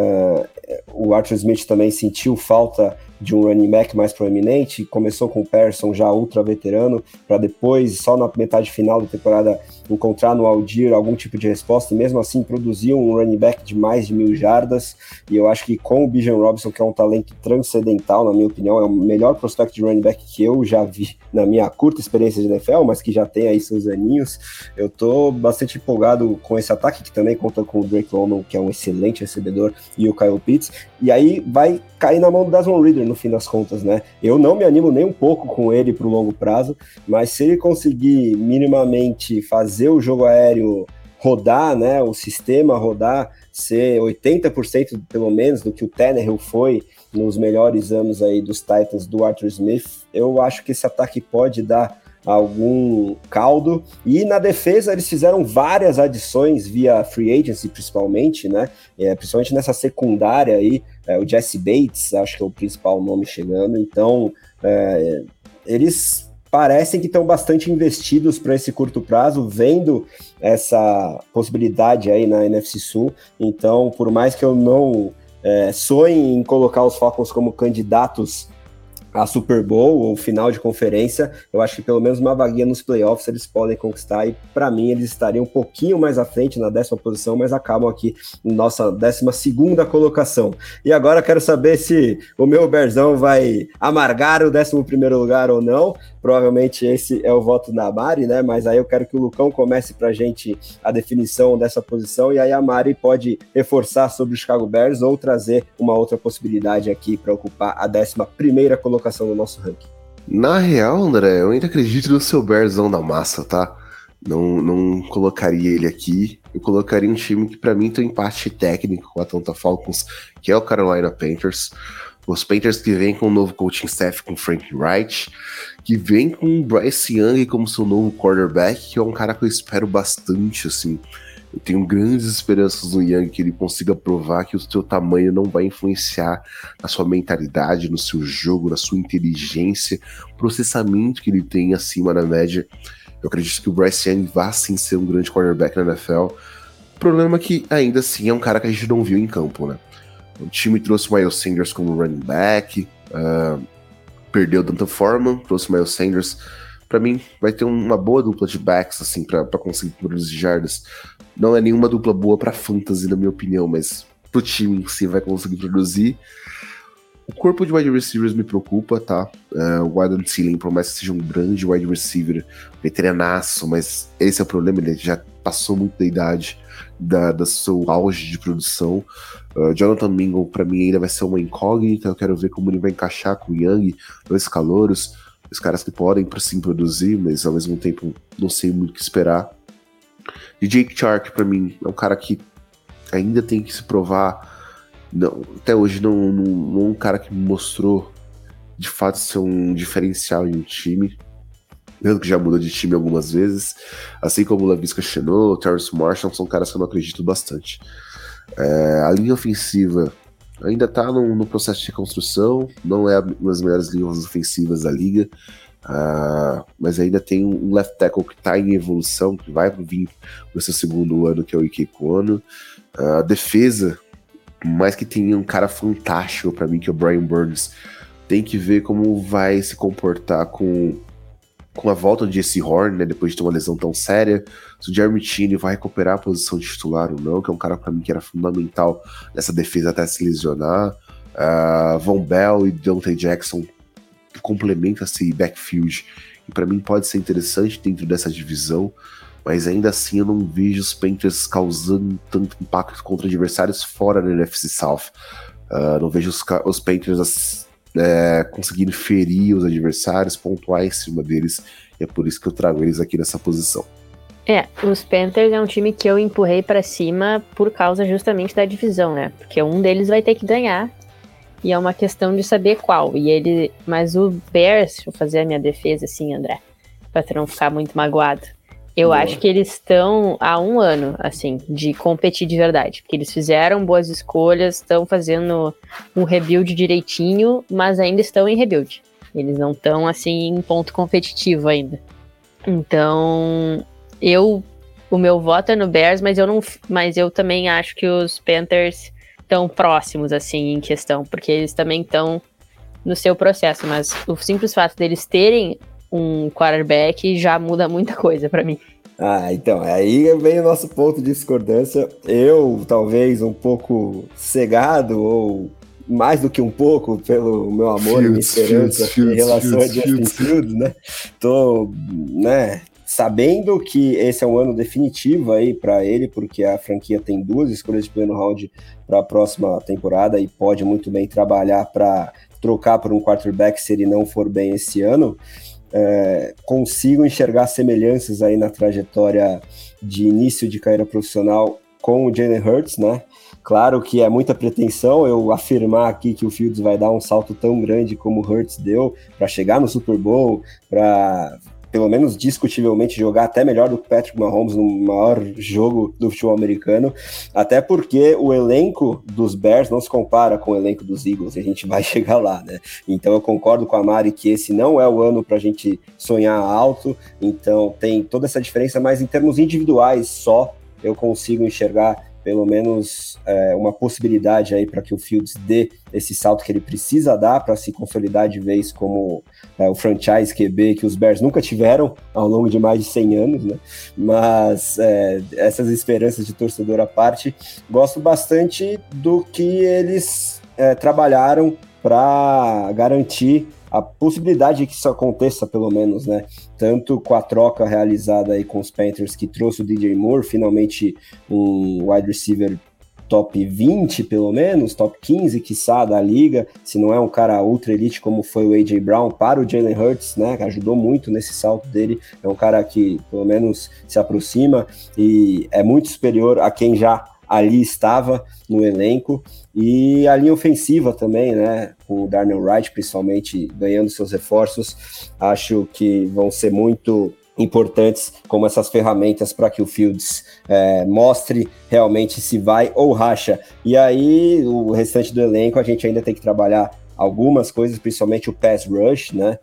O Arthur Smith também sentiu falta de um running back mais proeminente, começou com o Pearson já ultra veterano, para depois, só na metade final da temporada, encontrar no Aldir algum tipo de resposta, e mesmo assim produziu um running back de mais de 1.000 jardas, e eu acho que com o Bijan Robinson, que é um talento transcendental, na minha opinião, é o melhor prospect de running back que eu já vi na minha curta experiência de NFL, mas que já tem aí seus aninhos, eu tô bastante empolgado com esse ataque, que também conta com o Drake London, que é um excelente recebedor, e o Kyle Pitts, e aí vai cair na mão do Desmond Ridder no fim das contas, né? Eu não me animo nem um pouco com ele pro longo prazo, mas se ele conseguir minimamente fazer o jogo aéreo rodar, né, o sistema rodar, ser 80% pelo menos do que o Tannehill foi nos melhores anos aí dos Titans do Arthur Smith, eu acho que esse ataque pode dar algum caldo, e na defesa eles fizeram várias adições via free agency principalmente, né, principalmente nessa secundária aí, o Jesse Bates, acho que é o principal nome chegando, então eles parecem que estão bastante investidos para esse curto prazo, vendo essa possibilidade aí na NFC Sul, então por mais que eu não sonhe em colocar os Falcons como candidatos a Super Bowl ou final de conferência, eu acho que pelo menos uma vaguinha nos playoffs eles podem conquistar, e para mim eles estariam um pouquinho mais à frente na 10ª posição, mas acabam aqui na nossa 12ª colocação. E agora quero saber se o meu Berzão vai amargar o 11º lugar ou não. Provavelmente esse é o voto da Mari, né? Mas aí eu quero que o Lucão comece pra gente a definição dessa posição, e aí a Mari pode reforçar sobre o Chicago Bears ou trazer uma outra possibilidade aqui para ocupar a 11ª colocação do nosso ranking. Na real, André, eu ainda acredito no seu Bearzão da massa, tá? Não colocaria ele aqui. Eu colocaria um time que pra mim tem um empate técnico com a Atlanta Falcons, que é o Carolina Panthers. Os Panthers que vem com um novo coaching staff com Frank Reich, que vem com o Bryce Young como seu novo quarterback, que é um cara que eu espero bastante, assim. Eu tenho grandes esperanças no Young, que ele consiga provar que o seu tamanho não vai influenciar na sua mentalidade, no seu jogo, na sua inteligência, processamento que ele tem acima da média. Eu acredito que o Bryce Young vai sim ser um grande quarterback na NFL. O problema é que ainda assim é um cara que a gente não viu em campo, né? O time trouxe o Miles Sanders como running back, perdeu o Danton Foreman, trouxe o Miles Sanders. Pra mim, vai ter uma boa dupla de backs, assim, pra conseguir produzir jardas. Não é nenhuma dupla boa pra fantasy, na minha opinião, mas pro time em si vai conseguir produzir. O corpo de wide receivers me preocupa, tá? O Adam Thielen, por mais que seja um grande wide receiver, veteranaço, mas esse é o problema, ele já passou muito da idade da seu auge de produção. Jonathan Mingo, pra mim, ainda vai ser uma incógnita. Eu quero ver como ele vai encaixar com o Young, dois calouros, os caras que podem sim produzir, mas ao mesmo tempo não sei muito o que esperar. E Jake Chark, pra mim, é um cara que ainda tem que se provar. Não, até hoje não é um cara que mostrou de fato ser um diferencial em um time. Mesmo que já mudou de time algumas vezes, assim como o Laviska Shenault, o Terrence Marshall, são caras que eu não acredito bastante. A linha ofensiva ainda tá no processo de reconstrução, não é uma das melhores linhas ofensivas da liga, mas ainda tem um left tackle que tá em evolução, que vai vir no seu segundo ano, que é o Ike Kono. A defesa mais que tenha um cara fantástico pra mim, que é o Brian Burns, tem que ver como vai se comportar com a volta de Jesse Horn, né, depois de ter uma lesão tão séria, se o Jeremy Chin vai recuperar a posição de titular ou não, que é um cara pra mim que era fundamental nessa defesa até se lesionar. Von Bell e Dante Jackson complementam esse backfield, e pra mim pode ser interessante dentro dessa divisão, mas ainda assim eu não vejo os Panthers causando tanto impacto contra adversários fora da NFC South. Não vejo os Panthers conseguindo ferir os adversários, pontuar em cima deles, e é por isso que eu trago eles aqui nessa posição. Os Panthers é um time que eu empurrei pra cima por causa justamente da divisão, né? Porque um deles vai ter que ganhar, e é uma questão de saber qual. Mas o Bears, deixa eu fazer a minha defesa assim, André, pra tu não ficar muito magoado. Eu acho que eles estão há um ano, assim, de competir de verdade. Porque eles fizeram boas escolhas, estão fazendo um rebuild direitinho, mas ainda estão em rebuild. Eles não estão, assim, em ponto competitivo ainda. Então, o meu voto é no Bears, mas eu também acho que os Panthers estão próximos, assim, em questão. Porque eles também estão no seu processo. Mas o simples fato deles terem um quarterback já muda muita coisa pra mim. Então, aí vem o nosso ponto de discordância. Eu, talvez, um pouco cegado, ou mais do que um pouco, pelo meu amor e minha esperança em relação a Justin Fields, né? Tô, sabendo que esse é um ano definitivo aí para ele, porque a franquia tem 2 escolhas de primeiro round para a próxima temporada e pode muito bem trabalhar para trocar por um quarterback se ele não for bem esse ano. Consigo enxergar semelhanças aí na trajetória de início de carreira profissional com o Jalen Hurts, né? Claro que é muita pretensão eu afirmar aqui que o Fields vai dar um salto tão grande como o Hurts deu para chegar no Super Bowl, para pelo menos discutivelmente jogar até melhor do que Patrick Mahomes no maior jogo do futebol americano, até porque o elenco dos Bears não se compara com o elenco dos Eagles, e a gente vai chegar lá, né? Então eu concordo com a Mari que esse não é o ano pra gente sonhar alto, então tem toda essa diferença, mas em termos individuais só, eu consigo enxergar pelo menos uma possibilidade aí para que o Fields dê esse salto que ele precisa dar para se consolidar de vez como o franchise QB que os Bears nunca tiveram ao longo de mais de 100 anos, né? Mas essas esperanças de torcedor à parte, gosto bastante do que eles trabalharam para garantir a possibilidade de que isso aconteça, pelo menos, né? Tanto com a troca realizada aí com os Panthers, que trouxe o DJ Moore, finalmente um wide receiver top 20, pelo menos, top 15, quiçá, da liga, se não é um cara ultra elite como foi o A.J. Brown para o Jalen Hurts, né? Que ajudou muito nesse salto dele, é um cara que, pelo menos, se aproxima e é muito superior a quem já ali estava no elenco, e a linha ofensiva também, né, com o Darnell Wright principalmente ganhando seus reforços, acho que vão ser muito importantes como essas ferramentas para que o Fields mostre realmente se vai ou racha. E aí o restante do elenco a gente ainda tem que trabalhar algumas coisas, principalmente o pass rush, né,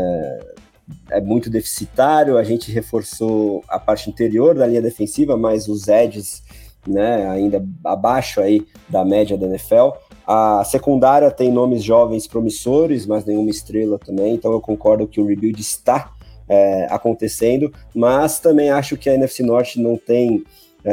é muito deficitário, a gente reforçou a parte interior da linha defensiva, mas os edges, né, ainda abaixo aí da média da NFL. A secundária tem nomes jovens promissores, mas nenhuma estrela também, então eu concordo que o rebuild está acontecendo, mas também acho que a NFC Norte não tem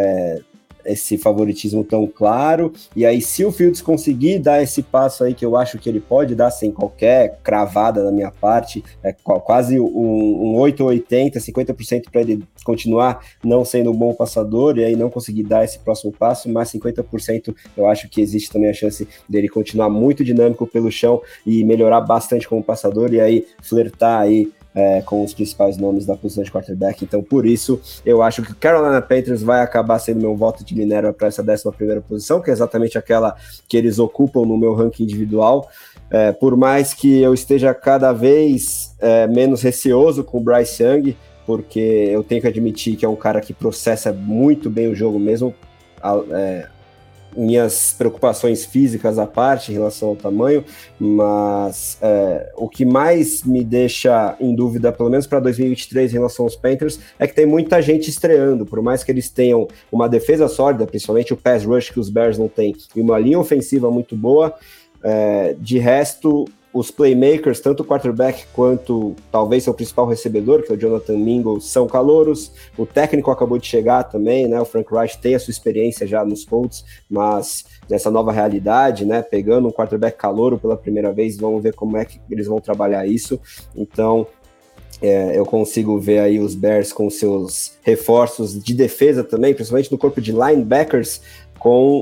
esse favoritismo tão claro, e aí se o Fields conseguir dar esse passo aí que eu acho que ele pode dar sem qualquer cravada da minha parte, quase um 8 ou 80, 50% para ele continuar não sendo um bom passador e aí não conseguir dar esse próximo passo, mas 50% eu acho que existe também a chance dele continuar muito dinâmico pelo chão e melhorar bastante como passador e aí flertar aí com os principais nomes da posição de quarterback. Então, por isso, eu acho que o Carolina Panthers vai acabar sendo meu voto de Minerva para essa 11ª posição, que é exatamente aquela que eles ocupam no meu ranking individual. Por mais que eu esteja cada vez menos receoso com o Bryce Young, porque eu tenho que admitir que é um cara que processa muito bem o jogo, mesmo minhas preocupações físicas à parte em relação ao tamanho, mas o que mais me deixa em dúvida, pelo menos para 2023 em relação aos Panthers, é que tem muita gente estreando, por mais que eles tenham uma defesa sólida, principalmente o pass rush que os Bears não têm, e uma linha ofensiva muito boa, de resto, os playmakers, tanto o quarterback quanto talvez seu principal recebedor, que é o Jonathan Mingo, são calouros. O técnico acabou de chegar também, né? O Frank Reich tem a sua experiência já nos Colts, mas nessa nova realidade, né? Pegando um quarterback calouro pela primeira vez, vamos ver como é que eles vão trabalhar isso. Então, eu consigo ver aí os Bears com seus reforços de defesa também, principalmente no corpo de linebackers, com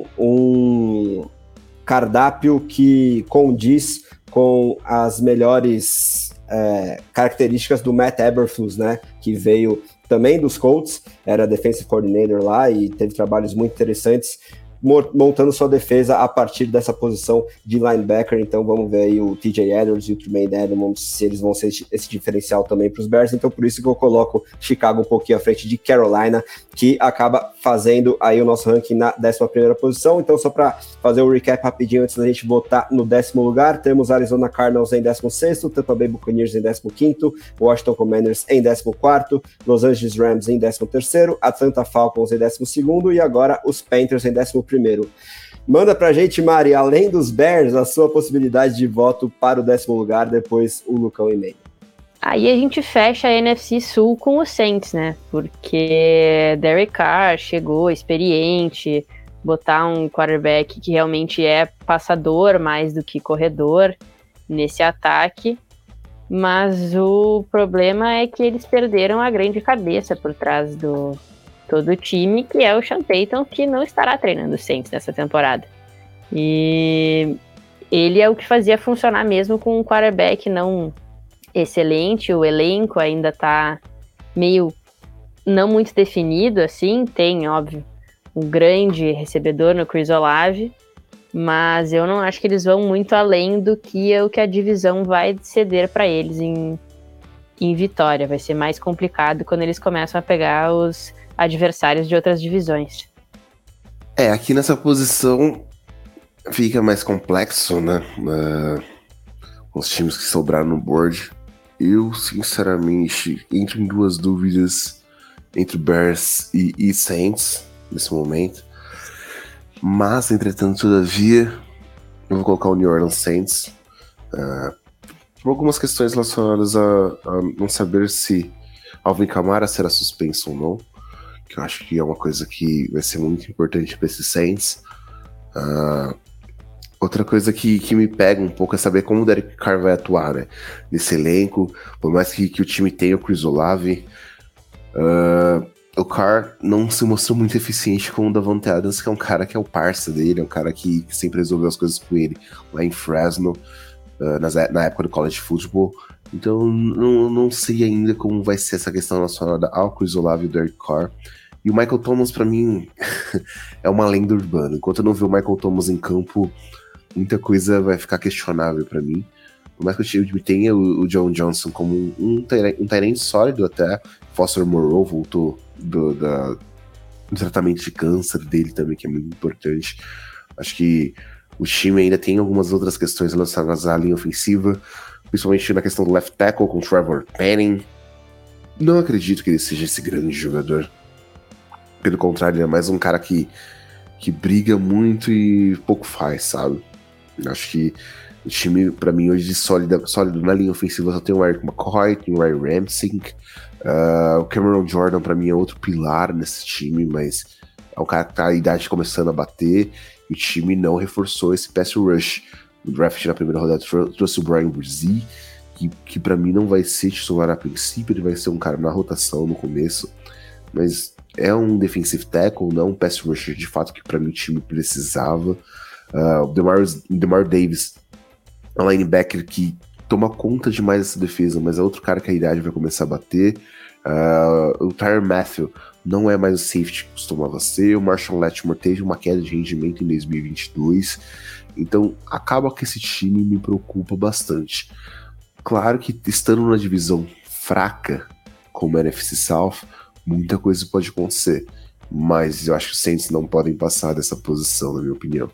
um cardápio que condiz com as melhores características do Matt Eberflus, né, que veio também dos Colts, era defensive coordinator lá e teve trabalhos muito interessantes montando sua defesa a partir dessa posição de linebacker. Então vamos ver aí o TJ Edwards e o Tremaine Edmonds, se eles vão ser esse diferencial também para os Bears. Então por isso que eu coloco Chicago um pouquinho à frente de Carolina, que acaba fazendo aí o nosso ranking na 11ª posição. Então só para fazer o recap rapidinho antes da gente botar no 10º lugar, temos Arizona Cardinals em 16º, Tampa Bay Buccaneers em 15º, Washington Commanders em 14º, Los Angeles Rams em 13º, Atlanta Falcons em 12º e agora os Panthers em 11º. Manda pra gente, Mari, além dos Bears, a sua possibilidade de voto para o 10º lugar, depois o Lucão e meio. Aí a gente fecha a NFC Sul com os Saints, né? Porque Derek Carr chegou experiente, botar um quarterback que realmente é passador mais do que corredor nesse ataque. Mas o problema é que eles perderam a grande cabeça por trás do todo o time, que é o Sean Payton, que não estará treinando o Saints nessa temporada. E ele é o que fazia funcionar mesmo com um quarterback não excelente. O elenco ainda tá meio não muito definido, assim. Tem, óbvio, um grande recebedor no Chris Olave, mas eu não acho que eles vão muito além do que a divisão vai ceder para eles em vitória. Vai ser mais complicado quando eles começam a pegar os adversários de outras divisões. Aqui nessa posição fica mais complexo, né? Os times que sobraram no board. Eu, sinceramente, entro em duas dúvidas entre Bears e Saints nesse momento. Mas, entretanto, todavia, eu vou colocar o New Orleans Saints por algumas questões relacionadas a não saber se Alvin Kamara será suspenso ou não, que eu acho que é uma coisa que vai ser muito importante para esses Saints. Outra coisa que me pega um pouco é saber como o Derek Carr vai atuar, né, nesse elenco. Por mais que o time tenha o Chris Olave, o Carr não se mostrou muito eficiente com o Davante Adams, que é um cara que é o parça dele, é um cara que sempre resolveu as coisas com ele lá em Fresno, na época do college football. Então não sei ainda como vai ser essa questão relacionada ao Chris Olave e o Derek Carr. E o Michael Thomas, pra mim, é uma lenda urbana. Enquanto eu não ver o Michael Thomas em campo, muita coisa vai ficar questionável pra mim. Por mais que o time tenha o John Johnson como um tight end sólido até, Foster Moreau voltou do tratamento de câncer dele também, que é muito importante. Acho que o time ainda tem algumas outras questões relacionadas à linha ofensiva, principalmente na questão do left tackle com Trevor Penning. Não acredito que ele seja esse grande jogador. Pelo contrário, ele é mais um cara que briga muito e pouco faz, sabe? Acho que o time, pra mim, hoje sólido na linha ofensiva só tem o Eric McCoy, tem o Ray Ramsey. O Cameron Jordan, pra mim, é outro pilar nesse time, mas é um cara que tá a idade começando a bater e o time não reforçou esse pass rush. O draft na primeira rodada trouxe o Brian Brzee, que pra mim não vai ser titular a princípio, ele vai ser um cara na rotação no começo, mas é um defensive tackle, não um pass rusher de fato que pra mim o time precisava. O Demar Davis é um linebacker que toma conta demais dessa defesa, mas é outro cara que a idade vai começar a bater. O Tyrann Mathieu não é mais o safety que costumava ser. O Marshall Lattimore teve uma queda de rendimento em 2022. Então acaba que esse time me preocupa bastante. Claro que estando numa divisão fraca como a NFC South, muita coisa pode acontecer. mas eu acho que os Saints não podem passar dessa posição, na minha opinião.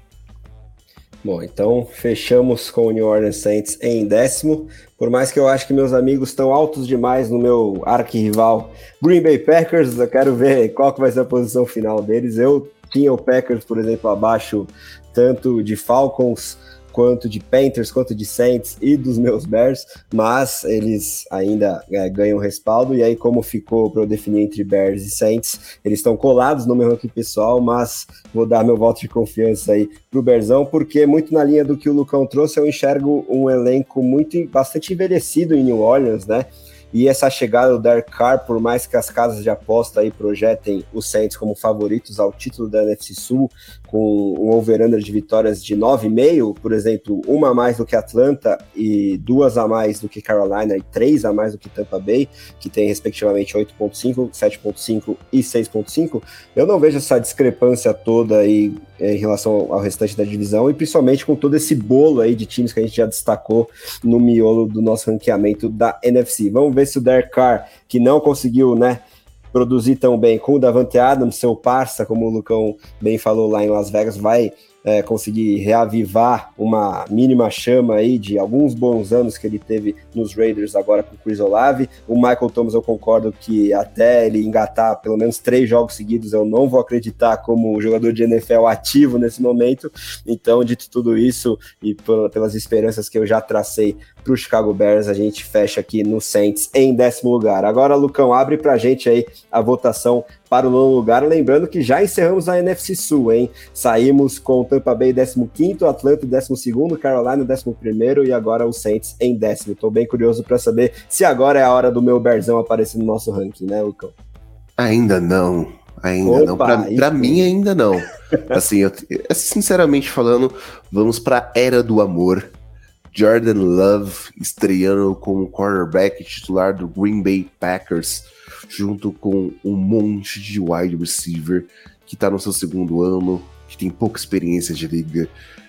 Bom, então fechamos com o New Orleans Saints em 10º, por mais que eu acho que meus amigos estão altos demais no meu arquirrival Green Bay Packers. Eu quero ver qual que vai ser a posição final deles. Eu tinha o Packers, por exemplo, abaixo tanto de Falcons, quanto de Panthers, quanto de Saints e dos meus Bears, mas eles ainda ganham respaldo, e aí como ficou para eu definir entre Bears e Saints, eles estão colados no meu ranking pessoal, mas vou dar meu voto de confiança aí pro Bearzão, porque muito na linha do que o Lucão trouxe, eu enxergo um elenco bastante envelhecido em New Orleans, né? E essa chegada do Derek Carr, por mais que as casas de aposta aí projetem os Saints como favoritos ao título da NFC Sul, com um over-under de vitórias de 9,5, por exemplo, uma a mais do que Atlanta e 2 a mais do que Carolina e 3 a mais do que Tampa Bay, que tem respectivamente 8,5, 7,5 e 6,5, eu não vejo essa discrepância toda aí em relação ao restante da divisão, e principalmente com todo esse bolo aí de times que a gente já destacou no miolo do nosso ranqueamento da NFC. Vamos ver se o Derek Carr, que não conseguiu, né, produzir tão bem com o Davante Adams, seu parça, como o Lucão bem falou lá em Las Vegas, vai conseguir reavivar uma mínima chama aí de alguns bons anos que ele teve nos Raiders agora com o Chris Olave. O Michael Thomas, eu concordo que até ele engatar pelo menos 3 jogos seguidos, eu não vou acreditar como jogador de NFL ativo nesse momento. Então, dito tudo isso e pelas esperanças que eu já tracei para o Chicago Bears, a gente fecha aqui no Saints em 10º lugar. Agora, Lucão, abre pra gente aí a votação para o 9º lugar, lembrando que já encerramos a NFC Sul, hein? Saímos com Tampa Bay 15º, Atlanta 12º, Carolina 11º e agora o Saints em 10º. Tô bem curioso para saber se agora é a hora do meu Bearzão aparecer no nosso ranking, né, Lucão? Ainda não. Não. Pra mim, ainda não. Assim, sinceramente falando, vamos pra Era do Amor. Jordan Love estreando como quarterback titular do Green Bay Packers, junto com um monte de wide receiver que tá no seu 2º ano, que tem pouca experiência de liga.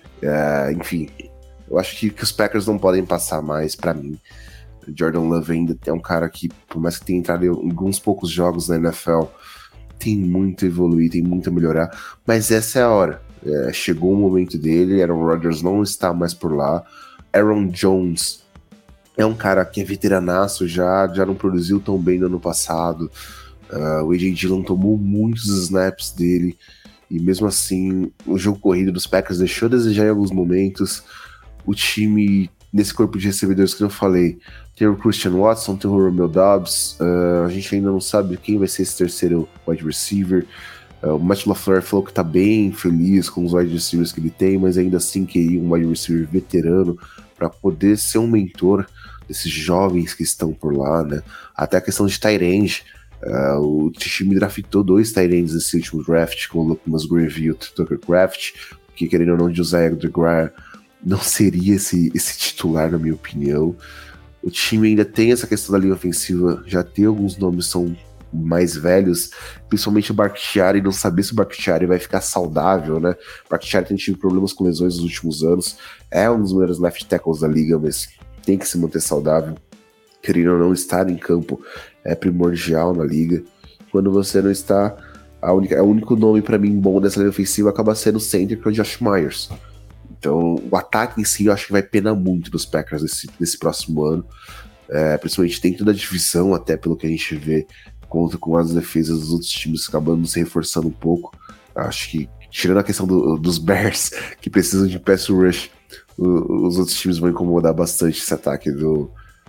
Enfim, eu acho que os Packers não podem passar mais pra mim. Jordan Love ainda é um cara que, por mais que tenha entrado em alguns poucos jogos na NFL, tem muito a evoluir, tem muito a melhorar, mas essa é a hora. Chegou o momento dele, Aaron Rodgers não está mais por lá. Aaron Jones é um cara que é veteranaço, já não produziu tão bem no ano passado. O A.J. Dillon tomou muitos snaps dele, e mesmo assim o jogo corrido dos Packers deixou a desejar em alguns momentos. O time, nesse corpo de recebedores que eu falei, tem o Christian Watson, tem o Romeo Doubs, a gente ainda não sabe quem vai ser esse terceiro wide receiver. O Matt LaFleur falou que tá bem feliz com os wide receivers que ele tem, mas ainda assim queria um wide receiver veterano para poder ser um mentor desses jovens que estão por lá, né? Até a questão de tight end. O time draftou 2 tight ends nesse último draft, com o Luke Musgrave e o Tucker Kraft, que, querendo ou não, Josiah DeGuara não seria esse titular, na minha opinião. O time ainda tem essa questão da linha ofensiva, já tem alguns nomes que são mais velhos, principalmente o Bakhtiari, não saber se o Bakhtiari vai ficar saudável, né? O Bakhtiari tem tido problemas com lesões nos últimos anos, é um dos melhores left tackles da liga, mas tem que se manter saudável. Querendo ou não, estar em campo é primordial na liga. Quando você não está, o único nome para mim bom dessa linha ofensiva acaba sendo o center, que é o Josh Myers. Então, o ataque em si eu acho que vai penar muito dos Packers nesse próximo ano, principalmente dentro da divisão, até pelo que a gente vê, conta com as defesas dos outros times acabando se reforçando um pouco. Acho que, tirando a questão dos Bears, que precisam de pass rush, os outros times vão incomodar bastante esse ataque do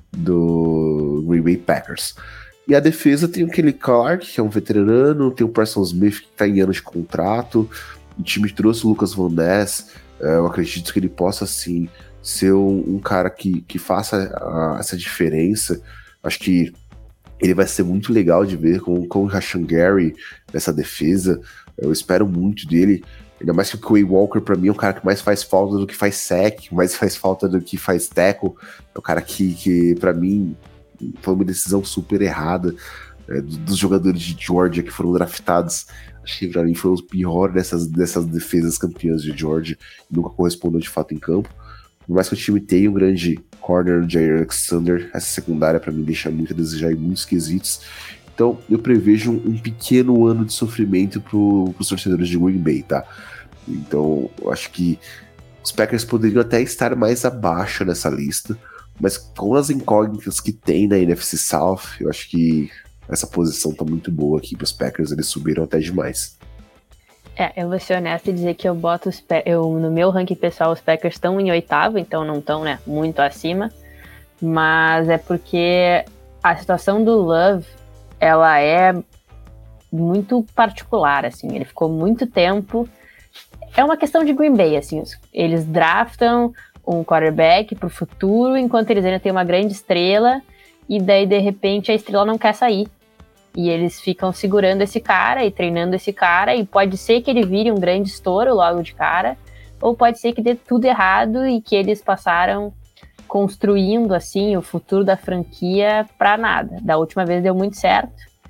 Green Bay Packers. E a defesa tem o Kenny Clark, que é um veterano, tem o Preston Smith, que está em anos de contrato, o time trouxe o Lucas Van Ness. Eu acredito que ele possa, sim, ser um cara que faça essa diferença. Acho que ele vai ser muito legal de ver com o Rashan Gary nessa defesa. Eu espero muito dele. Ainda mais que o Quay Walker, pra mim, é o cara que mais faz falta do que faz sack, mais faz falta do que faz tackle. É o cara que pra mim, foi uma decisão super errada dos jogadores de Georgia que foram draftados. Acho que pra mim foi o pior dessas defesas campeãs de Georgia. Nunca correspondeu de fato em campo. Por mais que o time tenha um grande corner, Jair Alexander, essa secundária pra mim deixa muito a desejar em muitos quesitos. Então, eu prevejo um pequeno ano de sofrimento pros torcedores de Green Bay, tá? Então, eu acho que os Packers poderiam até estar mais abaixo nessa lista, mas com as incógnitas que tem na NFC South, eu acho que essa posição tá muito boa aqui pros Packers, eles subiram até demais. Eu vou ser honesto e dizer que eu boto no meu ranking pessoal, os Packers estão em 8º, então não estão, né, muito acima, mas é porque a situação do Love, ela é muito particular, assim, ele ficou muito tempo, é uma questão de Green Bay, assim, eles draftam um quarterback pro futuro, enquanto eles ainda têm uma grande estrela, e daí, de repente, a estrela não quer sair. E eles ficam segurando esse cara e treinando esse cara, e pode ser que ele vire um grande estouro logo de cara, ou pode ser que dê tudo errado e que eles passaram construindo, assim, o futuro da franquia pra nada. Da última vez deu muito certo,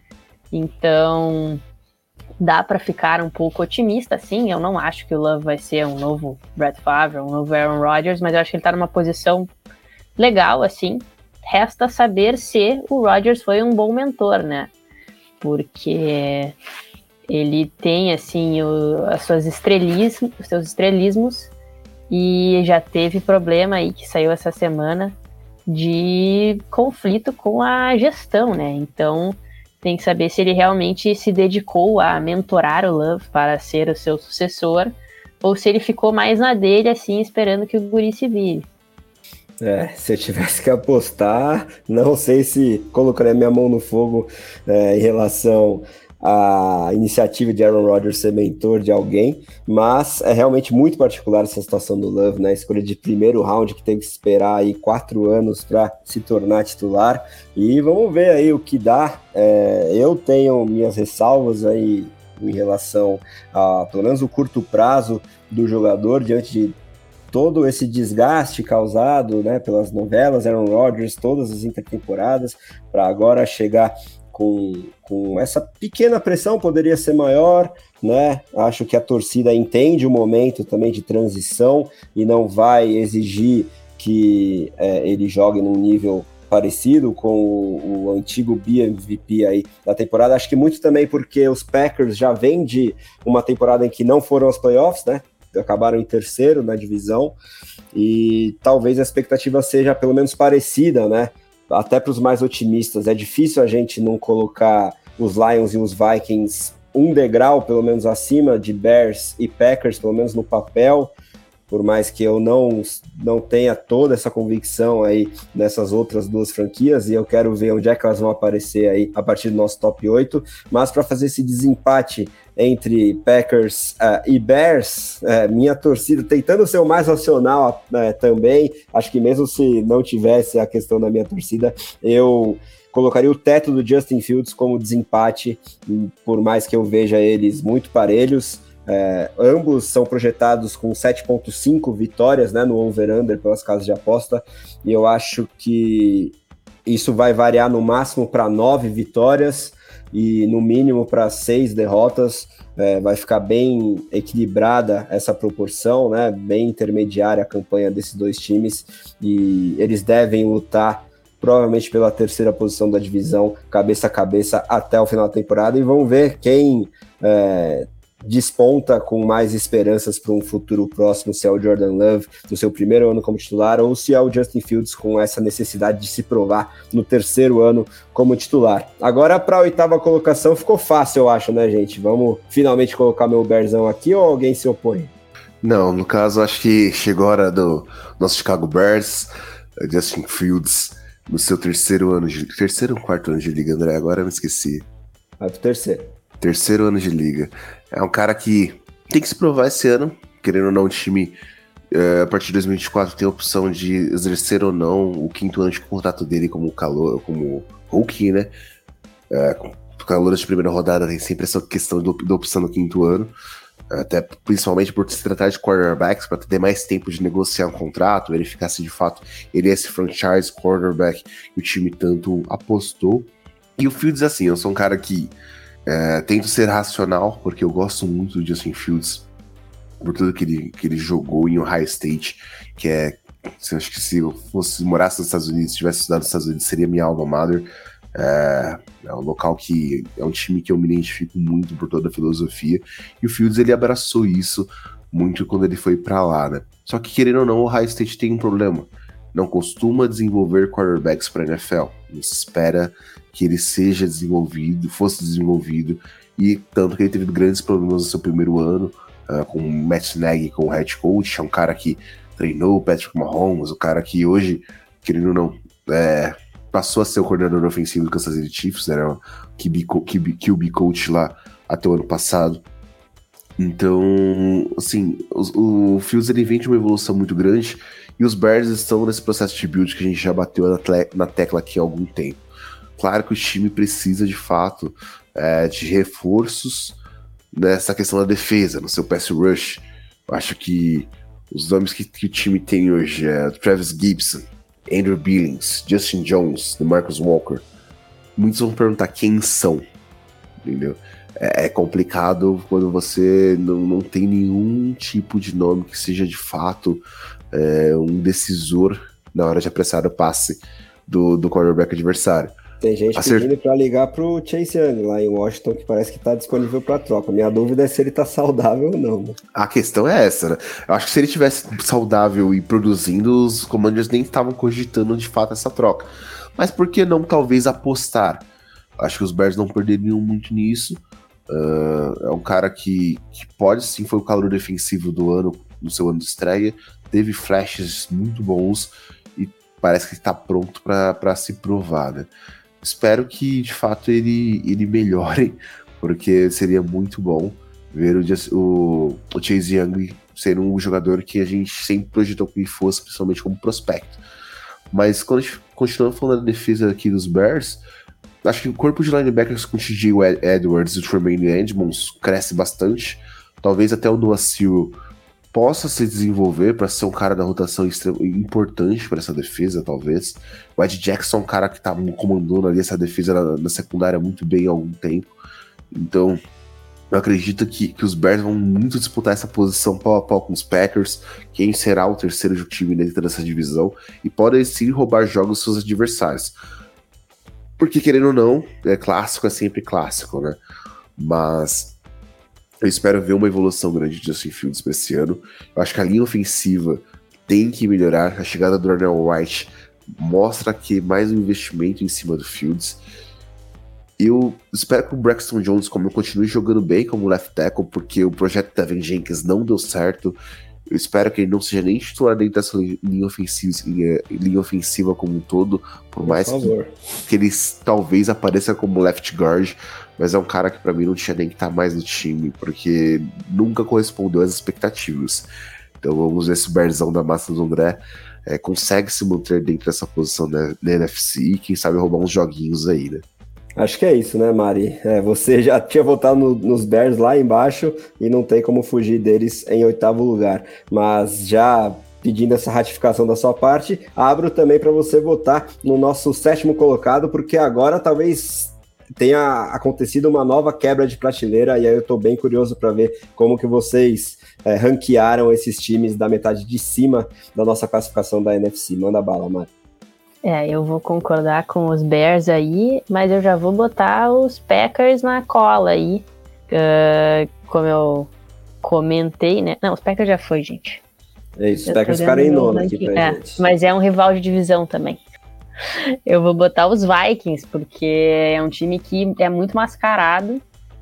então dá pra ficar um pouco otimista, assim. Eu não acho que o Love vai ser um novo Brett Favre, um novo Aaron Rodgers, mas eu acho que ele tá numa posição legal, assim. Resta saber se o Rodgers foi um bom mentor, né? Porque ele tem, assim, os seus estrelismos, e já teve problema aí que saiu essa semana de conflito com a gestão, né? Então tem que saber se ele realmente se dedicou a mentorar o Love para ser o seu sucessor, ou se ele ficou mais na dele, assim, esperando que o guri se vire. Se eu tivesse que apostar, não sei se colocaria minha mão no fogo em relação à iniciativa de Aaron Rodgers ser mentor de alguém, mas é realmente muito particular essa situação do Love, né? Escolha de primeiro round que teve que esperar aí 4 anos para se tornar titular, e vamos ver aí o que dá. Eu tenho minhas ressalvas aí em relação a, pelo menos, o curto prazo do jogador diante de todo esse desgaste causado, né, pelas novelas, Aaron Rodgers, todas as intertemporadas, para agora chegar com essa pequena pressão, poderia ser maior, né? Acho que a torcida entende o momento também de transição e não vai exigir que ele jogue num nível parecido com o antigo MVP aí da temporada. Acho que muito também porque os Packers já vêm de uma temporada em que não foram aos playoffs, né? Acabaram em terceiro na divisão, e talvez a expectativa seja pelo menos parecida, né? Até para os mais otimistas. É difícil a gente não colocar os Lions e os Vikings um degrau pelo menos acima de Bears e Packers, pelo menos no papel, por mais que eu não tenha toda essa convicção aí nessas outras duas franquias, e eu quero ver onde é que elas vão aparecer aí a partir do nosso top 8, mas para fazer esse desempate entre Packers e Bears, minha torcida, tentando ser o mais racional também, acho que mesmo se não tivesse a questão da minha torcida, eu colocaria o teto do Justin Fields como desempate, por mais que eu veja eles muito parelhos. Ambos são projetados com 7.5 vitórias, né, no over-under pelas casas de aposta, e eu acho que isso vai variar no máximo para 9 vitórias e no mínimo para 6 derrotas. Vai ficar bem equilibrada essa proporção, né, bem intermediária a campanha desses dois times, e eles devem lutar provavelmente pela terceira posição da divisão, cabeça a cabeça até o final da temporada, e vamos ver quem desponta com mais esperanças para um futuro próximo, se é o Jordan Love no seu primeiro ano como titular, ou se é o Justin Fields com essa necessidade de se provar no terceiro ano como titular. Agora, para a 8ª colocação ficou fácil, eu acho, né, gente? Vamos finalmente colocar meu Bearzão aqui, ou alguém se opõe? Não, no caso, acho que chegou a hora do nosso Chicago Bears, Justin Fields, no seu terceiro ou quarto ano de liga, André? Agora eu me esqueci. Vai pro terceiro ano de liga. É um cara que tem que se provar esse ano, querendo ou não, o time, a partir de 2024, tem a opção de exercer ou não o 5º ano de contrato dele como rookie, né? Calor de primeira rodada tem sempre essa questão da opção do 5º ano, até principalmente por se tratar de quarterbacks, para ter mais tempo de negociar um contrato, verificar se de fato ele é esse franchise quarterback que o time tanto apostou. E o Fields, assim, eu sou um cara que tento ser racional, porque eu gosto muito do Justin Fields, por tudo que ele jogou em Ohio State, que acho que se eu morasse nos Estados Unidos, tivesse estudado nos Estados Unidos, seria minha alma mater. É um local que é um time que eu me identifico muito por toda a filosofia, e o Fields ele abraçou isso muito quando ele foi para lá, né? Só que, querendo ou não, o Ohio State tem um problema. Não costuma desenvolver quarterbacks para NFL. Não se espera que ele fosse desenvolvido, e tanto que ele teve grandes problemas no seu primeiro ano, com o Matt Nagy como head coach. É um cara que treinou o Patrick Mahomes, o cara que hoje, querendo ou não, passou a ser o coordenador ofensivo do Kansas City Chiefs, era o QB coach lá até o ano passado. Então, assim, o Fields ele vem de uma evolução muito grande, e os Bears estão nesse processo de build que a gente já bateu na tecla aqui há algum tempo. Claro que o time precisa, de fato, de reforços nessa questão da defesa, no seu pass rush. Eu acho que os nomes que o time tem hoje é Travis Gibson, Andrew Billings, Justin Jones, DeMarcus Walker. Muitos vão perguntar quem são, entendeu? É complicado quando você não tem nenhum tipo de nome que seja de fato um decisor na hora de apressar o passe do quarterback adversário. Tem gente pedindo pra ligar pro Chase Young lá em Washington, que parece que tá disponível pra troca. Minha dúvida é se ele tá saudável ou não, né? A questão é essa, né? Eu acho que se ele tivesse saudável e produzindo, os Commanders nem estavam cogitando de fato essa troca. Mas por que não talvez apostar? Acho que os Bears não perderiam muito nisso. É um cara que pode sim, foi o calor defensivo do ano, no seu ano de estreia, teve flashes muito bons e parece que está pronto para se provar, né? Espero que de fato ele melhore, porque seria muito bom ver o Chase Young ser um jogador que a gente sempre projetou que ele fosse, principalmente como prospecto. Mas quando a gente continua falando da defesa aqui dos Bears, acho que o corpo de linebackers com o TJ Edwards e o Tremaine Edmonds cresce bastante. Talvez até o Noah Sewell possa se desenvolver para ser um cara da rotação importante para essa defesa, talvez. O Ed Jackson é um cara que tá comandando ali essa defesa na secundária muito bem há algum tempo. Então, eu acredito que os Bears vão muito disputar essa posição pau a pau com os Packers, quem será o terceiro time dentro dessa divisão, e podem sim roubar jogos dos seus adversários. Porque, querendo ou não, clássico é sempre clássico, né? Mas eu espero ver uma evolução grande de Justin Fields para esse ano. Eu acho que a linha ofensiva tem que melhorar. A chegada do Darnell Wright mostra que mais um investimento em cima do Fields. Eu espero que o Braxton Jones continue jogando bem como left tackle, porque o projeto da Tevin Jenkins não deu certo. Eu espero que ele não seja nem titular dentro dessa linha ofensiva como um todo, por mais que ele talvez apareça como left guard, mas é um cara que pra mim não tinha nem que estar mais no time, porque nunca correspondeu às expectativas. Então vamos ver se o Bearzão da massa do André consegue se manter dentro dessa posição na NFC e quem sabe roubar uns joguinhos aí, né? Acho que é isso, né, Mari? Você já tinha votado nos Bears lá embaixo e não tem como fugir deles em 8º lugar. Mas já pedindo essa ratificação da sua parte, abro também para você votar no nosso 7º colocado, porque agora talvez tenha acontecido uma nova quebra de prateleira, e aí eu tô bem curioso para ver como que vocês ranquearam esses times da metade de cima da nossa classificação da NFC. Manda bala, Mari. Eu vou concordar com os Bears aí, mas eu já vou botar os Packers na cola aí. Como eu comentei, né? Não, os Packers já foi, gente. É isso, os Packers ficaram em nono aqui pra gente. Mas é um rival de divisão também. Eu vou botar os Vikings, porque é um time que é muito mascarado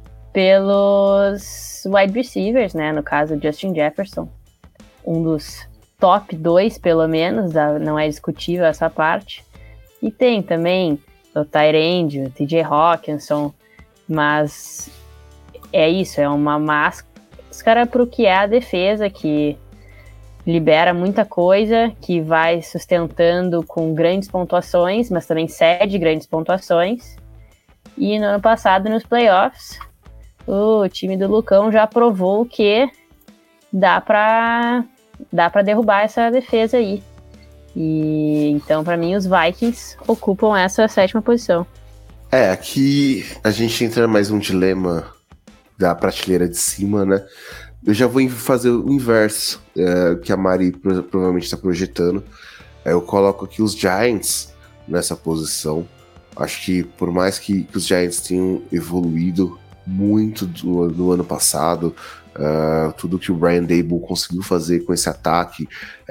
pelos wide receivers, né? No caso, Justin Jefferson, um dos top 2, pelo menos, não é discutível essa parte. E tem também o tight end, o TJ Hawkinson, mas é isso, é uma máscara pro que é a defesa, que libera muita coisa, que vai sustentando com grandes pontuações, mas também cede grandes pontuações. E no ano passado, nos playoffs, o time do Lucão já provou que dá pra derrubar essa defesa aí. E então, para mim, os Vikings ocupam essa 7ª posição. Aqui a gente entra mais um dilema da prateleira de cima, né? Eu já vou fazer o inverso, que a Mari provavelmente está projetando. Eu coloco aqui os Giants nessa posição. Acho que por mais que os Giants tenham evoluído muito do ano passado, tudo que o Brian Daboll conseguiu fazer com esse ataque,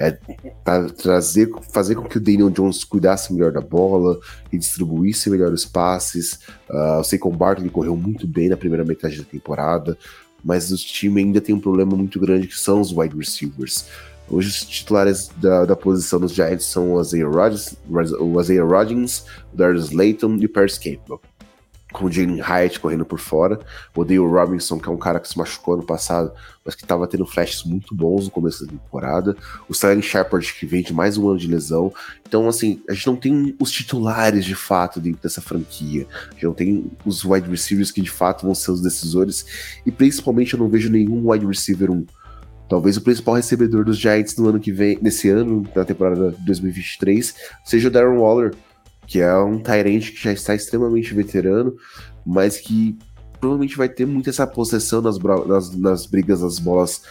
fazer com que o Daniel Jones cuidasse melhor da bola e distribuísse melhor os passes. O Saquon Barkley correu muito bem na primeira metade da temporada, mas o time ainda tem um problema muito grande, que são os wide receivers. Hoje os titulares da posição dos Giants são o Isaiah Rodgins, o Darius Slayton e o Paris Campbell, com o Jalen Hyatt correndo por fora, o Dale Robinson, que é um cara que se machucou ano passado, mas que estava tendo flashes muito bons no começo da temporada, o Sterling Shepard, que vem de mais um ano de lesão. Então, assim, a gente não tem os titulares de fato dentro dessa franquia, a gente não tem os wide receivers que de fato vão ser os decisores, e principalmente eu não vejo nenhum wide receiver 1. Talvez o principal recebedor dos Giants no ano que vem, nesse ano, na temporada de 2023, seja o Darren Waller, que é um tight end que já está extremamente veterano, mas que provavelmente vai ter muito essa possessão nas brigas das bolas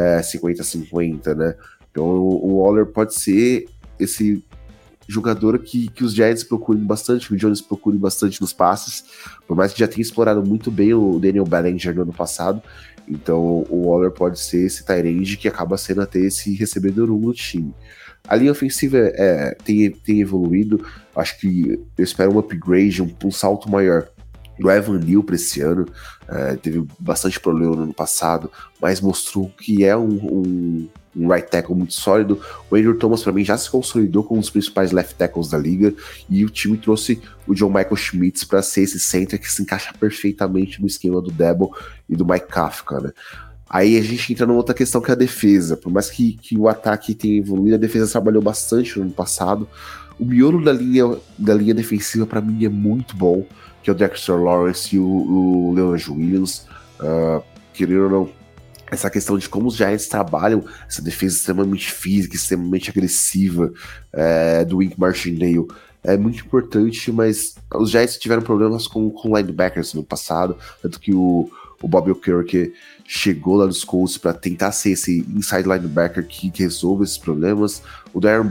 50-50, né? Então o Waller pode ser esse jogador que os Giants procurem bastante, que o Jones procure bastante nos passes, por mais que já tenha explorado muito bem o Daniel Bellinger no ano passado. Então o Waller pode ser esse tight end que acaba sendo até esse recebedor 1 no time. A linha ofensiva tem evoluído, acho que eu espero um upgrade, um salto maior do Evan Neal para esse ano. Teve bastante problema no ano passado, mas mostrou que é um right tackle muito sólido. O Andrew Thomas, para mim, já se consolidou como um dos principais left tackles da liga, e o time trouxe o John Michael Schmitz para ser esse center que se encaixa perfeitamente no esquema do Daboll e do Mike Kafka, né? Aí a gente entra numa outra questão, que é a defesa. Por mais que o ataque tenha evoluído, a defesa trabalhou bastante no ano passado. O miolo da linha defensiva, para mim, é muito bom, que é o Dexter Lawrence e o Leonard Williams. Querendo ou não, essa questão de como os Giants trabalham essa defesa extremamente física, extremamente agressiva do Wink Martindale é muito importante, mas os Giants tiveram problemas com linebackers no passado, tanto que o Bobby Okereke chegou lá nos Colts para tentar ser esse inside linebacker que resolve esses problemas. O Darian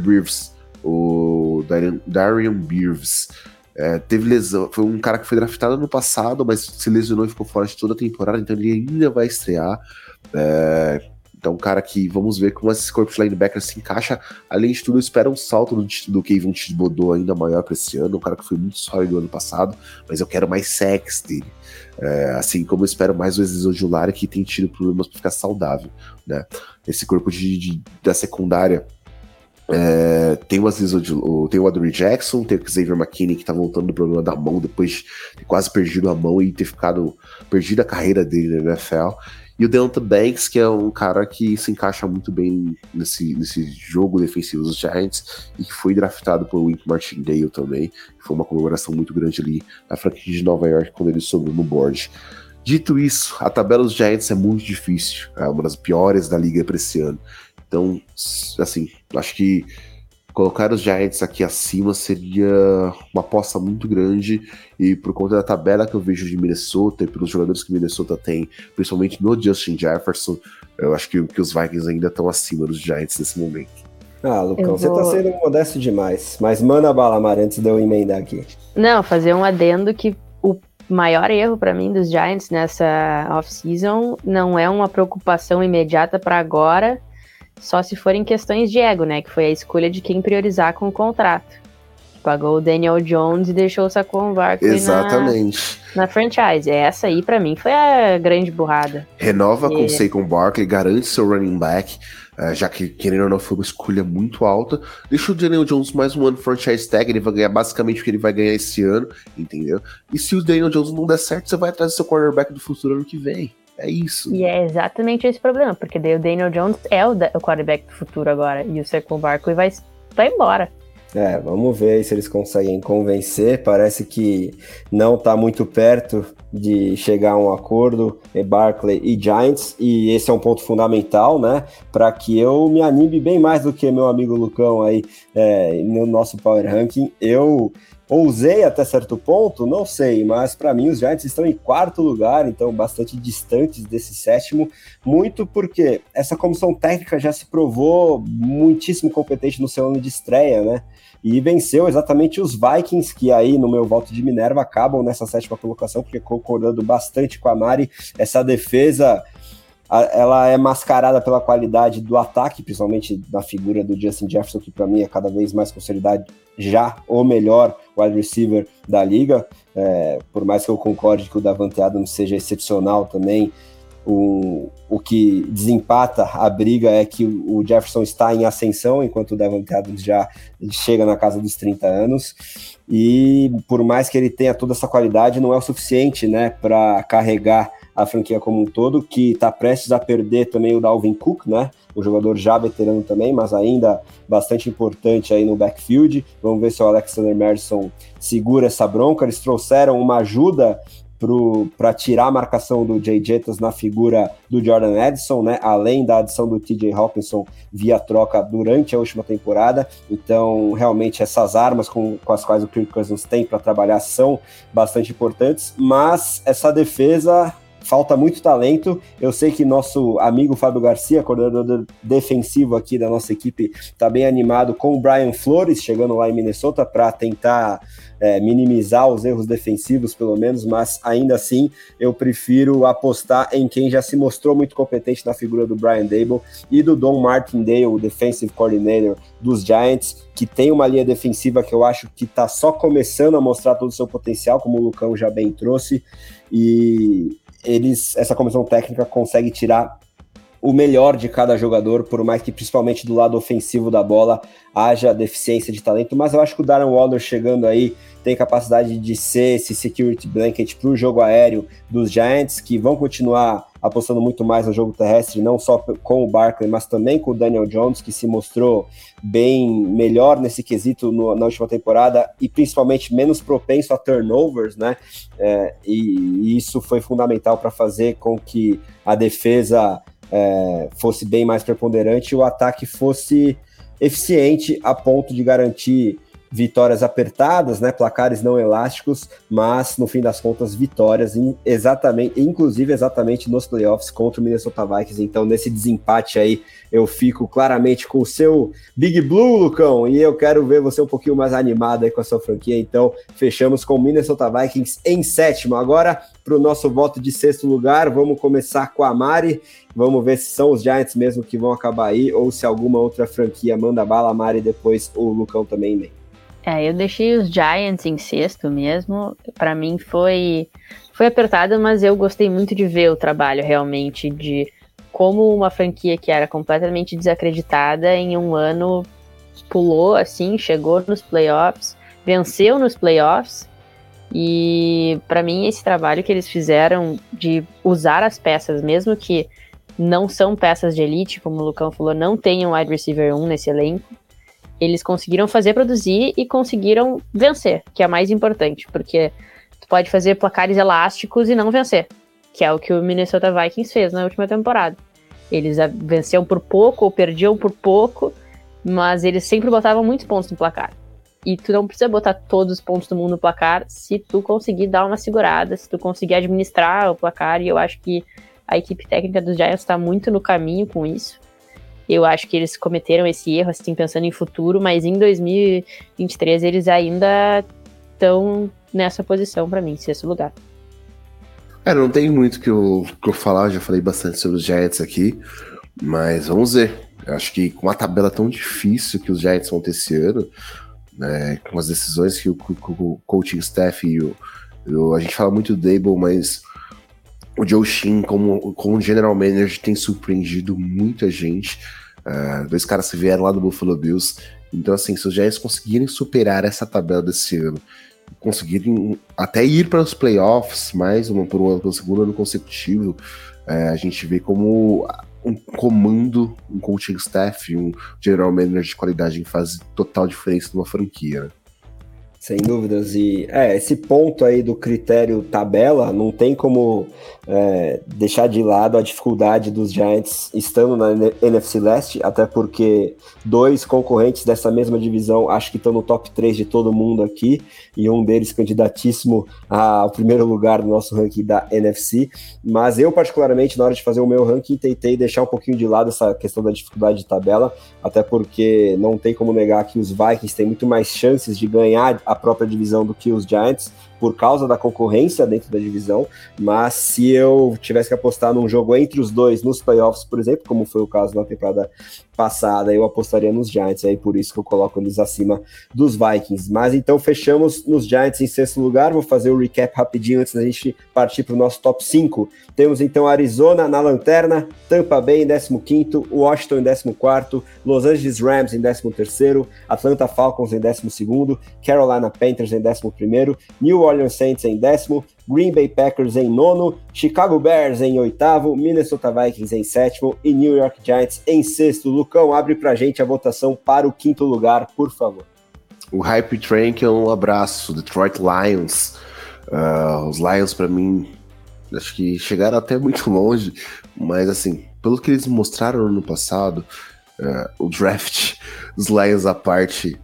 Beavis teve lesão, foi um cara que foi draftado no passado, mas se lesionou e ficou fora de toda a temporada, então ele ainda vai estrear. Então, um cara que vamos ver como esse corpo de linebacker se encaixa. Além de tudo, eu espero um salto do Kayvon Thibodeaux ainda maior para esse ano, um cara que foi muito sólido no ano passado, mas eu quero mais sacks dele. Assim como eu espero mais o Azeez Ojulari, que tem tido problemas para ficar saudável, né? Esse corpo da secundária tem o Adoree Jackson, tem o Xavier McKinney, que tá voltando do problema da mão depois de ter quase perdido a mão e ter perdido a carreira dele na NFL. E o Deonta Banks, que é um cara que se encaixa muito bem nesse jogo defensivo dos Giants e que foi draftado por Wink Martindale também. Foi uma comemoração muito grande ali na franquia de Nova York quando ele subiu no board. Dito isso, a tabela dos Giants é muito difícil, é uma das piores da liga para esse ano. Então, assim, acho que colocar os Giants aqui acima seria uma aposta muito grande, e por conta da tabela que eu vejo de Minnesota e pelos jogadores que Minnesota tem, principalmente no Justin Jefferson, eu acho que os Vikings ainda estão acima dos Giants nesse momento. Lucão, você tá sendo modesto demais, mas manda a bala, Mari, antes de eu emendar aqui. Não, fazer um adendo que o maior erro para mim dos Giants nessa off-season não é uma preocupação imediata para agora, só se forem questões de ego, né? Que foi a escolha de quem priorizar com o contrato. Pagou o Daniel Jones e deixou o Saquon Barkley na franchise. Essa aí, pra mim, foi a grande burrada. Renova com o Saquon Barkley, garante seu running back, já que, querendo ou não, foi uma escolha muito alta. Deixa o Daniel Jones mais um ano franchise tag, ele vai ganhar basicamente o que ele vai ganhar esse ano, entendeu? E se o Daniel Jones não der certo, você vai atrás do seu quarterback do futuro ano que vem. É isso. E é exatamente esse problema, porque daí o Daniel Jones é o quarterback do futuro agora, e o Saquon Barkley vai embora. Vamos ver aí se eles conseguem convencer. Parece que não tá muito perto de chegar a um acordo, Barkley e Giants, e esse é um ponto fundamental, né, para que eu me anime bem mais do que meu amigo Lucão aí no nosso Power Ranking. Eu ousei até certo ponto, não sei, mas para mim os Giants estão em quarto lugar, então bastante distantes desse sétimo, muito porque essa comissão técnica já se provou muitíssimo competente no seu ano de estreia, né? E venceu exatamente os Vikings, que aí no meu voto de Minerva acabam nessa sétima colocação, porque concordando bastante com a Mari, essa defesa ela é mascarada pela qualidade do ataque, principalmente da figura do Justin Jefferson, que para mim é cada vez mais considerado já o melhor wide receiver da liga, por mais que eu concorde que o Davante Adams seja excepcional também, o que desempata a briga é que o Jefferson está em ascensão, enquanto o Davante Adams já chega na casa dos 30 anos, e por mais que ele tenha toda essa qualidade, não é o suficiente, né, para carregar a franquia como um todo, que está prestes a perder também o Dalvin Cook, né? O jogador já veterano também, mas ainda bastante importante aí no backfield. Vamos ver se o Alexander Mattison segura essa bronca. Eles trouxeram uma ajuda para tirar a marcação do Jay Jettas na figura do Jordan Addison, né? Além da adição do TJ Hawkinson via troca durante a última temporada. Então, realmente, essas armas com as quais o Kirk Cousins tem para trabalhar são bastante importantes, mas essa defesa... falta muito talento. Eu sei que nosso amigo Fábio Garcia, coordenador defensivo aqui da nossa equipe, está bem animado com o Brian Flores chegando lá em Minnesota para tentar minimizar os erros defensivos, pelo menos, mas ainda assim eu prefiro apostar em quem já se mostrou muito competente na figura do Brian Daboll e do Don Martindale, o defensive coordinator dos Giants, que tem uma linha defensiva que eu acho que está só começando a mostrar todo o seu potencial, como o Lucão já bem trouxe, e essa comissão técnica consegue tirar o melhor de cada jogador, por mais que principalmente do lado ofensivo da bola haja deficiência de talento, mas eu acho que o Darren Waller chegando aí tem capacidade de ser esse security blanket para o jogo aéreo dos Giants, que vão continuar apostando muito mais no jogo terrestre, não só com o Barkley, mas também com o Daniel Jones, que se mostrou bem melhor nesse quesito na última temporada e principalmente menos propenso a turnovers, né? E isso foi fundamental para fazer com que a defesa fosse bem mais preponderante e o ataque fosse eficiente a ponto de garantir vitórias apertadas, né, placares não elásticos, mas no fim das contas vitórias inclusive exatamente nos playoffs contra o Minnesota Vikings. Então nesse desempate aí eu fico claramente com o seu Big Blue, Lucão, e eu quero ver você um pouquinho mais animado aí com a sua franquia. Então fechamos com o Minnesota Vikings em sétimo. Agora para o nosso voto de sexto lugar, vamos começar com a Mari. Vamos ver se são os Giants mesmo que vão acabar aí ou se alguma outra franquia manda bala. A Mari, depois o Lucão também vem. Eu deixei os Giants em sexto mesmo. Para mim foi apertado, mas eu gostei muito de ver o trabalho realmente, de como uma franquia que era completamente desacreditada em um ano pulou assim, chegou nos playoffs, venceu nos playoffs. E para mim esse trabalho que eles fizeram de usar as peças, mesmo que não são peças de elite, como o Lucão falou, não tem um wide receiver 1 nesse elenco, eles conseguiram produzir e conseguiram vencer, que é mais importante, porque tu pode fazer placares elásticos e não vencer, que é o que o Minnesota Vikings fez na última temporada. Eles venciam por pouco ou perdiam por pouco, mas eles sempre botavam muitos pontos no placar. E tu não precisa botar todos os pontos do mundo no placar se tu conseguir dar uma segurada, se tu conseguir administrar o placar, e eu acho que a equipe técnica dos Giants está muito no caminho com isso. Eu acho que eles cometeram esse erro, assim, pensando em futuro, mas em 2023 eles ainda estão nessa posição, para mim, sexto lugar. Não tem muito que eu falar, já falei bastante sobre os Giants aqui, mas vamos ver. Eu acho que com uma tabela tão difícil que os Giants vão ter esse ano, né, com as decisões que o coaching staff e a gente fala muito do Daboll, mas o Joe Shinn como general manager tem surpreendido muita gente. Dois caras que vieram lá do Buffalo Bills. Então, assim, se os Giants conseguirem superar essa tabela desse ano, conseguirem até ir para os playoffs pelo segundo ano consecutivo, a gente vê como um comando, um coaching staff, um general manager de qualidade faz total diferença numa franquia, né? Sem dúvidas, e esse ponto aí do critério tabela, não tem como deixar de lado a dificuldade dos Giants estando na NFC Leste, até porque 2 concorrentes dessa mesma divisão acho que estão no top 3 de todo mundo aqui, e um deles candidatíssimo ao primeiro lugar do nosso ranking da NFC, mas eu particularmente na hora de fazer o meu ranking tentei deixar um pouquinho de lado essa questão da dificuldade de tabela, até porque não tem como negar que os Vikings têm muito mais chances de ganhar a própria divisão do que os Giants, por causa da concorrência dentro da divisão, mas se eu tivesse que apostar num jogo entre os dois nos playoffs, por exemplo, como foi o caso na temporada passada, eu apostaria nos Giants, aí por isso que eu coloco eles acima dos Vikings. Mas então fechamos nos Giants em 6º lugar, vou fazer o recap rapidinho antes da gente partir para o nosso top 5. Temos então Arizona na lanterna, Tampa Bay em 15º, Washington em 14º, Los Angeles Rams em 13º, Atlanta Falcons em 12º, Carolina Panthers em 11º, New Orleans Saints em 10º, Green Bay Packers em 9º, Chicago Bears em 8º, Minnesota Vikings em 7º e New York Giants em 6º. Lucão, abre pra gente a votação para o 5º lugar, por favor. O Hype Train, que é um abraço, Detroit Lions. Os Lions, pra mim, acho que chegaram até muito longe, mas assim, pelo que eles mostraram no ano passado, o draft, os Lions à parte,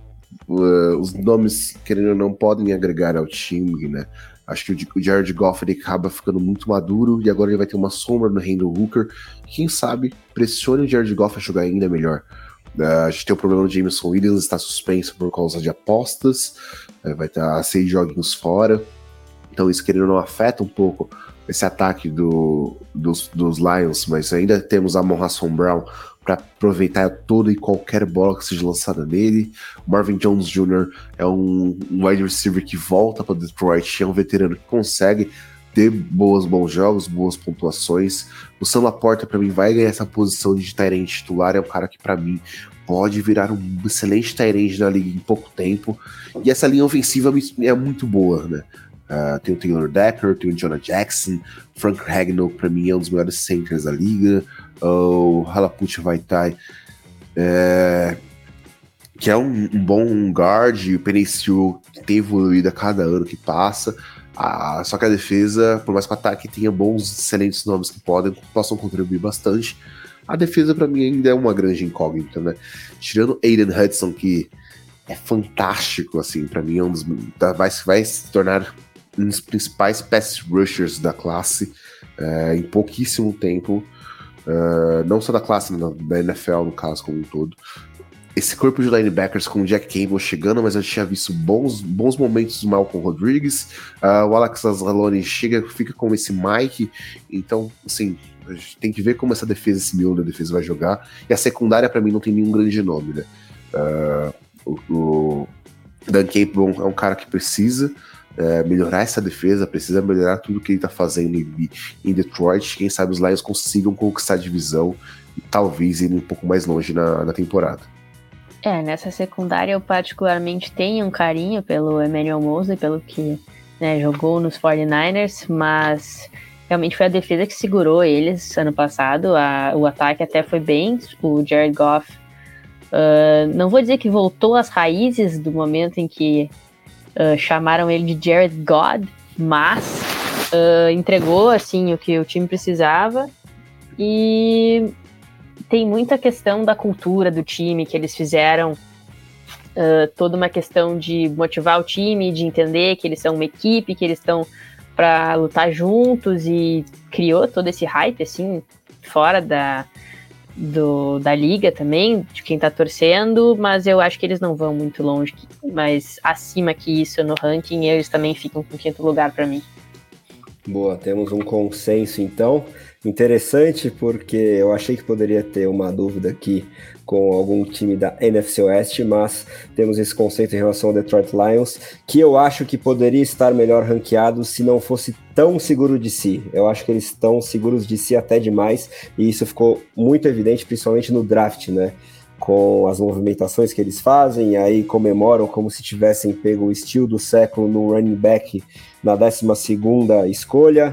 os nomes, querendo ou não, podem agregar ao time, né? Acho que o Jared Goff ele acaba ficando muito maduro e agora ele vai ter uma sombra no Hendon Hooker. Quem sabe pressione o Jared Goff a jogar ainda melhor. A gente tem o problema do Jameson Williams, está suspenso por causa de apostas, vai estar 6 joguinhos fora. Então isso, querendo ou não, afeta um pouco esse ataque dos Lions, mas ainda temos a Amon-Ra St. Brown para aproveitar toda e qualquer bola que seja lançada nele. O Marvin Jones Jr. é um wide receiver que volta para Detroit, é um veterano que consegue ter bons jogos, boas pontuações. O Sam Laporta, para mim, vai ganhar essa posição de tight end titular, é um cara que, para mim, pode virar um excelente tight end na liga em pouco tempo. E essa linha ofensiva é muito boa, né? Tem o Taylor Decker, tem o Jonah Jackson, Frank Ragnow, para mim, é um dos melhores centers da liga. O Halaput Vaitai, que é um bom guard, e o Penei Sewell tem evoluído a cada ano que passa. Só que a defesa, por mais que o ataque tenha bons, excelentes nomes que possam contribuir bastante, a defesa para mim ainda é uma grande incógnita, né? Tirando Aiden Hudson, que é fantástico, assim, para mim é um dos, vai se tornar um dos principais pass rushers da classe em pouquíssimo tempo. Não só da classe, da NFL, no caso, como um todo. Esse corpo de linebackers com o Jack Campbell chegando, mas eu tinha visto bons momentos do Malcolm Rodrigues. O Alex Anzalone fica com esse Mike. Então, assim, a gente tem que ver como essa defesa, esse miolo da defesa vai jogar. E a secundária, para mim, não tem nenhum grande nome, né? O Dan Campbell é um cara que precisa melhorar essa defesa, precisa melhorar tudo que ele tá fazendo em Detroit. Quem sabe os Lions consigam conquistar a divisão e talvez ir um pouco mais longe na temporada. Nessa secundária eu particularmente tenho um carinho pelo Emmanuel Mosley, pelo que jogou nos 49ers, mas realmente foi a defesa que segurou eles ano passado. O ataque até foi bem, o Jared Goff, não vou dizer que voltou às raízes do momento em que chamaram ele de Jared God, mas entregou assim o que o time precisava. E tem muita questão da cultura do time, que eles fizeram toda uma questão de motivar o time, de entender que eles são uma equipe, que eles estão para lutar juntos, e criou todo esse hype assim fora da liga também, de quem tá torcendo, mas eu acho que eles não vão muito longe, mas acima que isso no ranking, eles também ficam com 5º lugar para mim. Boa, temos um consenso então. Interessante, porque eu achei que poderia ter uma dúvida aqui com algum time da NFC Oeste, mas temos esse conceito em relação ao Detroit Lions, que eu acho que poderia estar melhor ranqueado se não fosse tão seguro de si. Eu acho que eles estão seguros de si até demais, e isso ficou muito evidente, principalmente no draft, né? Com as movimentações que eles fazem, e aí comemoram como se tivessem pego o steal do século no running back na 12ª escolha.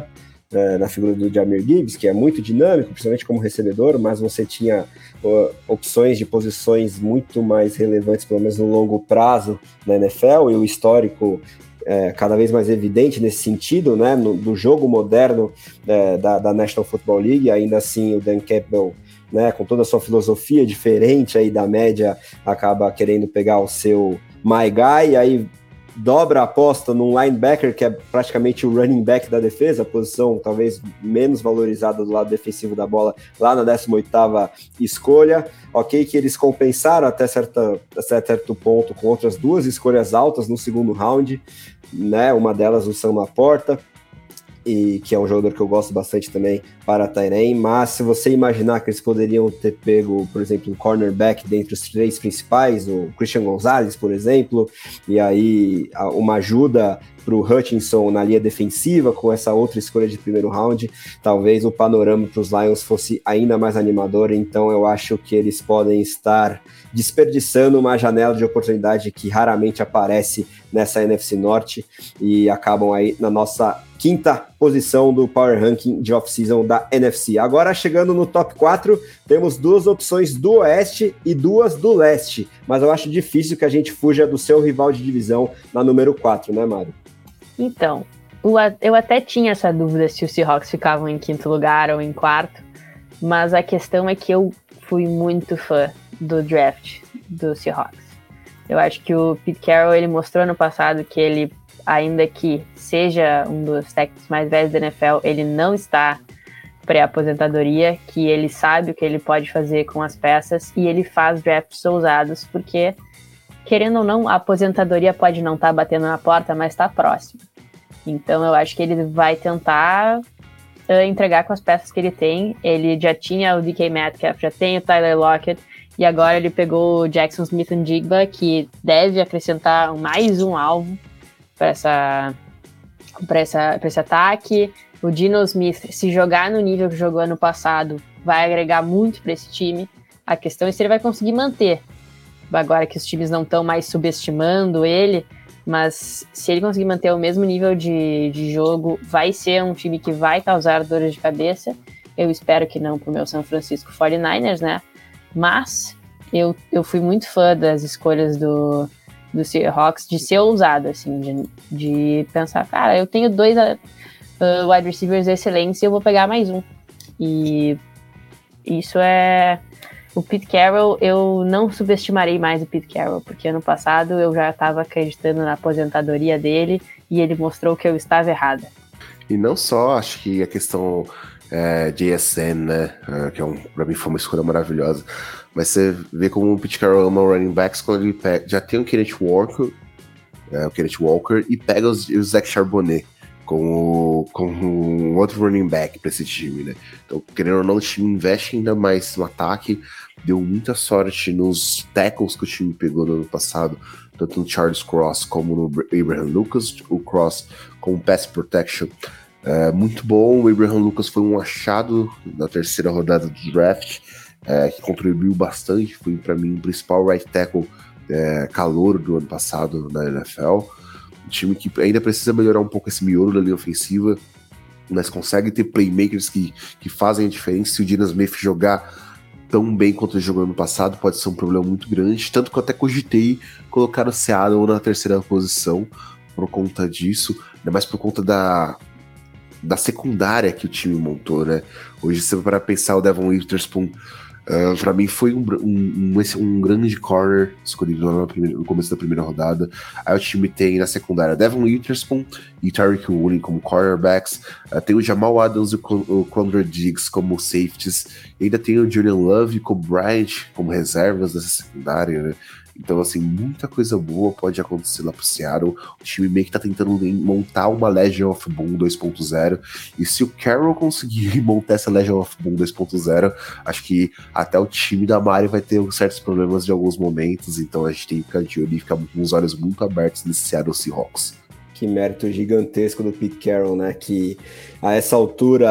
na figura do Jahmyr Gibbs, que é muito dinâmico, principalmente como recebedor, mas você tinha opções de posições muito mais relevantes, pelo menos no longo prazo, na NFL, e o histórico cada vez mais evidente nesse sentido, né, do jogo moderno da National Football League. Ainda assim, o Dan Campbell, né, com toda a sua filosofia diferente aí da média, acaba querendo pegar o seu my guy, e aí dobra a aposta num linebacker que é praticamente o running back da defesa, a posição talvez menos valorizada do lado defensivo da bola, lá na 18ª escolha. Ok que eles compensaram até certo ponto com outras 2 escolhas altas no segundo round, né, uma delas o Sam Laporta, e que é um jogador que eu gosto bastante também para Tyrann, mas se você imaginar que eles poderiam ter pego, por exemplo, um cornerback dentre os 3 principais, o Christian Gonzalez, por exemplo, e aí uma ajuda para o Hutchinson na linha defensiva com essa outra escolha de primeiro round, talvez o panorama para os Lions fosse ainda mais animador. Então eu acho que eles podem estar desperdiçando uma janela de oportunidade que raramente aparece nessa NFC Norte, e acabam aí na nossa 5ª posição do Power Ranking de off-season da NFC. Agora, chegando no top 4, temos 2 opções do Oeste e 2 do Leste, mas eu acho difícil que a gente fuja do seu rival de divisão na número 4, né, Mário? Então, eu até tinha essa dúvida se os Seahawks ficavam em 5º lugar ou em 4º, mas a questão é que eu fui muito fã do draft do Seahawks. Eu acho que o Pete Carroll, ele mostrou no passado que ele, ainda que seja um dos técnicos mais velhos da NFL, ele não está pré-aposentadoria, que ele sabe o que ele pode fazer com as peças, e ele faz drafts ousados, porque, querendo ou não, a aposentadoria pode não estar batendo na porta, mas está próximo. Então eu acho que ele vai tentar entregar com as peças que ele tem. Ele já tinha o DK Metcalf, já tem o Tyler Lockett, e agora ele pegou o Jackson Smith-Njigba, que deve acrescentar mais um alvo para esse ataque. O Geno Smith, se jogar no nível que jogou ano passado, vai agregar muito para esse time. A questão é se ele vai conseguir manter, agora que os times não estão mais subestimando ele, mas se ele conseguir manter o mesmo nível de jogo, vai ser um time que vai causar dores de cabeça. Eu espero que não para o meu San Francisco 49ers, né? Mas eu fui muito fã das escolhas do Seahawks, de ser ousado, assim, de pensar, cara, eu tenho 2 wide receivers excelentes e eu vou pegar mais um. E isso é... O Pete Carroll, eu não subestimarei mais o Pete Carroll, porque ano passado eu já estava acreditando na aposentadoria dele e ele mostrou que eu estava errada. E não só, acho que a questão JSN, né, que pra mim foi uma escolha maravilhosa, mas você vê como o Pete Carroll ama o running backs quando ele já tem o Kenneth Walker e pega o Zach Charbonnet com um outro running back para esse time, né? Então, querendo ou não, o time investe ainda mais no ataque, deu muita sorte nos tackles que o time pegou no ano passado, tanto no Charles Cross como no Abraham Lucas, o Cross com Pass Protection. Muito bom, o Abraham Lucas foi um achado na 3ª rodada do draft, que contribuiu bastante, foi para mim o principal right tackle calouro do ano passado na NFL. Um time que ainda precisa melhorar um pouco esse miolo da linha ofensiva, mas consegue ter playmakers que fazem a diferença. Se o Geno Smith jogar tão bem quanto ele jogou no ano passado, pode ser um problema muito grande, tanto que eu até cogitei colocar o Seattle na 3ª posição por conta disso, ainda mais por conta da secundária que o time montou, né? Hoje, se você para pensar, o Devon Witherspoon, para mim foi um grande corner escolhido no começo da primeira rodada. Aí o time tem na secundária Devon Witherspoon e Tyreek Woolen como cornerbacks, tem o Jamal Adams e o Quandre Diggs como safeties, e ainda tem o Julian Love e o Cole Bryant como reservas dessa secundária, né? Então, assim, muita coisa boa pode acontecer lá pro Seattle. O time meio que tá tentando montar uma Legion of Boom 2.0. E se o Carroll conseguir montar essa Legion of Boom 2.0, acho que até o time da Mari vai ter certos problemas de alguns momentos. Então a gente tem que ficar de olho e ficar com os olhos muito abertos nesse Seattle Seahawks. Que mérito gigantesco do Pete Carroll, né? Que a essa altura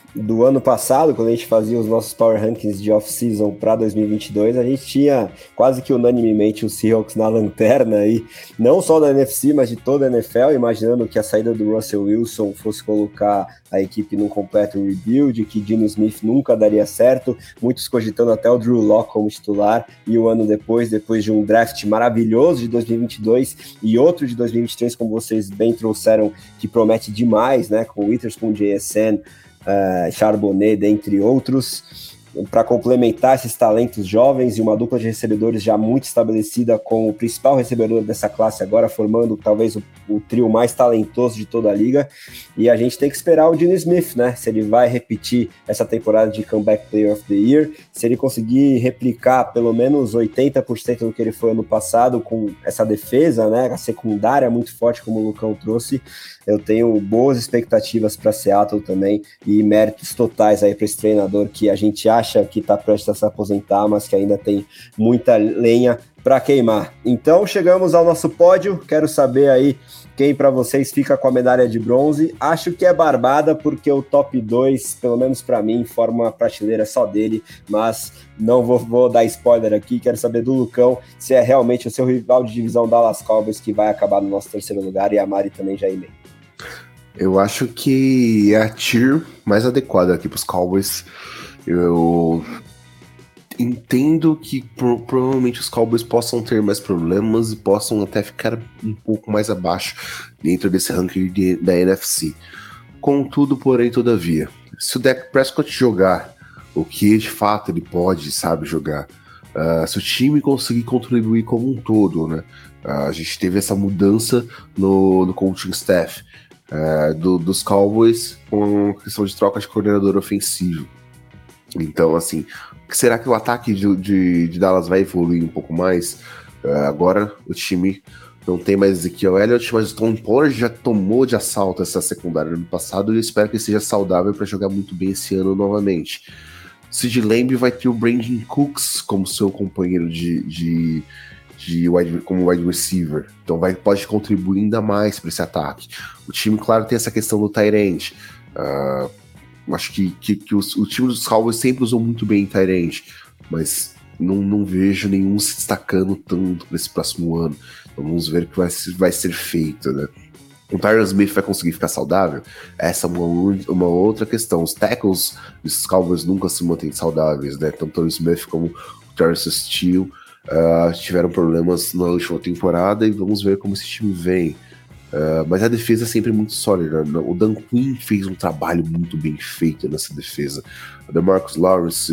do ano passado, quando a gente fazia os nossos Power Rankings de off-season para 2022, a gente tinha quase que unanimemente os Seahawks na lanterna aí, não só da NFC, mas de toda a NFL, imaginando que a saída do Russell Wilson fosse colocar a equipe num completo rebuild, que Geno Smith nunca daria certo, muitos cogitando até o Drew Lock como titular, e o ano depois de um draft maravilhoso de 2022 e outro de 2023, como vocês bem trouxeram, que promete demais, né, com o Witherspoon, JSN, Charbonnet, dentre outros, para complementar esses talentos jovens e uma dupla de recebedores já muito estabelecida com o principal recebedor dessa classe agora, formando talvez o trio mais talentoso de toda a liga. E a gente tem que esperar o Geno Smith, né? Se ele vai repetir essa temporada de Comeback Player of the Year, se ele conseguir replicar pelo menos 80% do que ele foi ano passado com essa defesa, né? A secundária muito forte, como o Lucão trouxe. Eu tenho boas expectativas para Seattle também e méritos totais aí para esse treinador que a gente acha que está prestes a se aposentar, mas que ainda tem muita lenha para queimar. Então chegamos ao nosso pódio, quero saber aí quem para vocês fica com a medalha de bronze. Acho que é Barbada, porque o top 2, pelo menos para mim, forma uma prateleira só dele, mas não vou dar spoiler aqui, quero saber do Lucão se é realmente o seu rival de divisão Dallas Cowboys que vai acabar no nosso terceiro lugar, e a Mari também já emenda. Eu acho que é a tier mais adequada aqui para os Cowboys. Eu entendo que provavelmente os Cowboys possam ter mais problemas e possam até ficar um pouco mais abaixo dentro desse ranking da NFC. Contudo, porém, todavia, se o Dak Prescott jogar o que de fato ele pode, sabe, jogar, se o time conseguir contribuir como um todo, né? A gente teve essa mudança no coaching staff dos Cowboys com questão de troca de coordenador ofensivo. Então, assim, será que o ataque de Dallas vai evoluir um pouco mais? Agora o time não tem mais Ezekiel Elliott, mas o Tom Pollard já tomou de assalto essa secundária no ano passado e eu espero que ele seja saudável para jogar muito bem esse ano novamente. Sid Lamb vai ter o Brandon Cooks como seu companheiro como wide receiver, então pode contribuir ainda mais para esse ataque. O time, claro, tem essa questão do tight end. Acho que o time dos Cowboys sempre usou muito bem tight end, mas não vejo nenhum se destacando tanto para esse próximo ano. Vamos ver o que vai ser feito, né? O Tyron Smith vai conseguir ficar saudável? Essa é uma outra questão. Os tackles dos Cowboys nunca se mantêm saudáveis, né? Tanto o Smith como o Terrence Steele tiveram problemas na última temporada e vamos ver como esse time vem. Mas a defesa é sempre muito sólida. O Dan Quinn fez um trabalho muito bem feito nessa defesa. O DeMarcus Lawrence,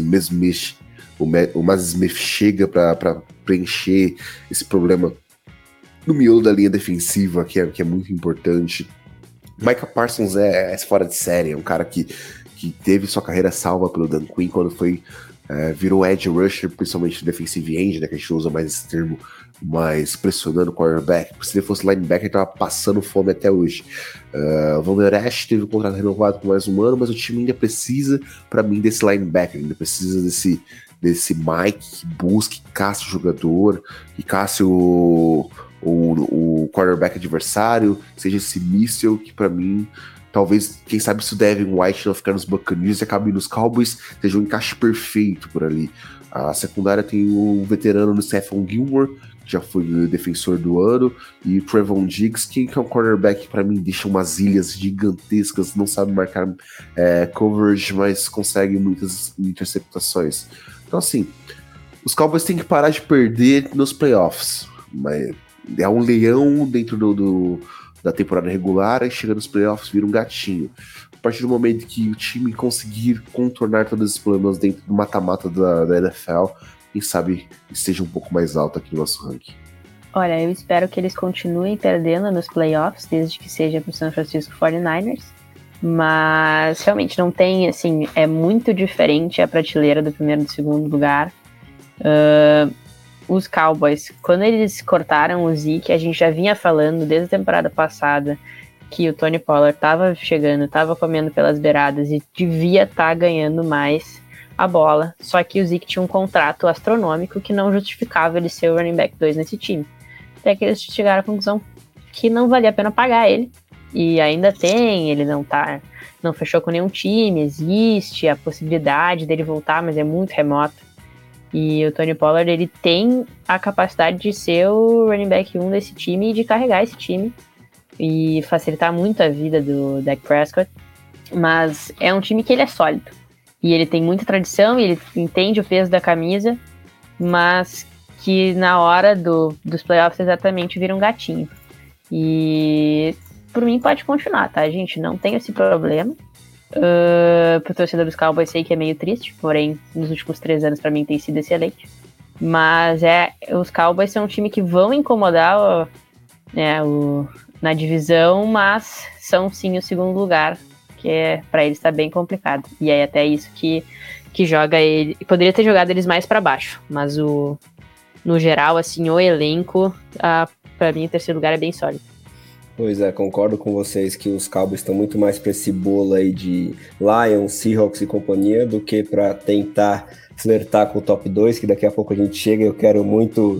o Maz Smith chega para preencher esse problema no miolo da linha defensiva, que é muito importante. Micah Parsons é fora de série, é um cara que teve sua carreira salva pelo Dan Quinn quando virou edge rusher, principalmente defensive end, né, que a gente usa mais esse termo, mais pressionando o quarterback. Se ele fosse linebacker, ele tava passando fome até hoje. O Von Der Esch teve um contrato renovado por mais um ano, mas o time ainda precisa, para mim, desse linebacker, ainda precisa desse Mike que busque, caça o jogador, que caça o quarterback adversário, seja esse míssil que, para mim, talvez, quem sabe, se o Devin White não ficar nos Buccaneers e acabe nos Cowboys, seja um encaixe perfeito por ali. A secundária tem o veterano no Stephon Gilmore, que já foi defensor do ano, e o Trevon Diggs, que é um cornerback que para mim deixa umas ilhas gigantescas, não sabe marcar coverage, mas consegue muitas interceptações. Então, assim, os Cowboys têm que parar de perder nos playoffs. Mas é um leão dentro da temporada regular, e chega nos playoffs, vira um gatinho. A partir do momento que o time conseguir contornar todos esses problemas dentro do mata-mata da NFL, quem sabe esteja um pouco mais alto aqui no nosso ranking. Olha, eu espero que eles continuem perdendo nos playoffs, desde que seja para o San Francisco 49ers, mas realmente não tem, assim, é muito diferente a prateleira do primeiro e do segundo lugar. Os Cowboys, quando eles cortaram o Zeke, a gente já vinha falando desde a temporada passada que o Tony Pollard estava chegando, estava comendo pelas beiradas e devia estar ganhando mais a bola, só que o Zeke tinha um contrato astronômico que não justificava ele ser o running back 2 nesse time. Até que eles chegaram à conclusão que não valia a pena pagar ele e ainda tem, ele não fechou com nenhum time, existe a possibilidade dele voltar, mas é muito remota. E o Tony Pollard, ele tem a capacidade de ser o running back 1 desse time e de carregar esse time e facilitar muito a vida do Dak Prescott, mas é um time que ele é sólido, e ele tem muita tradição, e ele entende o peso da camisa, mas que na hora dos playoffs exatamente vira um gatinho. E por mim pode continuar, tá, gente? Não tem esse problema. Pro torcedor dos Cowboys sei que é meio triste, porém nos últimos 3 anos pra mim tem sido excelente. Mas os Cowboys são um time que vão incomodar na divisão, mas são sim o segundo lugar, que pra eles tá bem complicado. E aí até isso que joga ele. Poderia ter jogado eles mais pra baixo, mas no geral, assim, o elenco, pra mim, o terceiro lugar é bem sólido. Pois é, concordo com vocês que os Cowboys estão muito mais para esse bolo aí de Lions, Seahawks e companhia do que para tentar flertar com o top 2, que daqui a pouco a gente chega e eu quero muito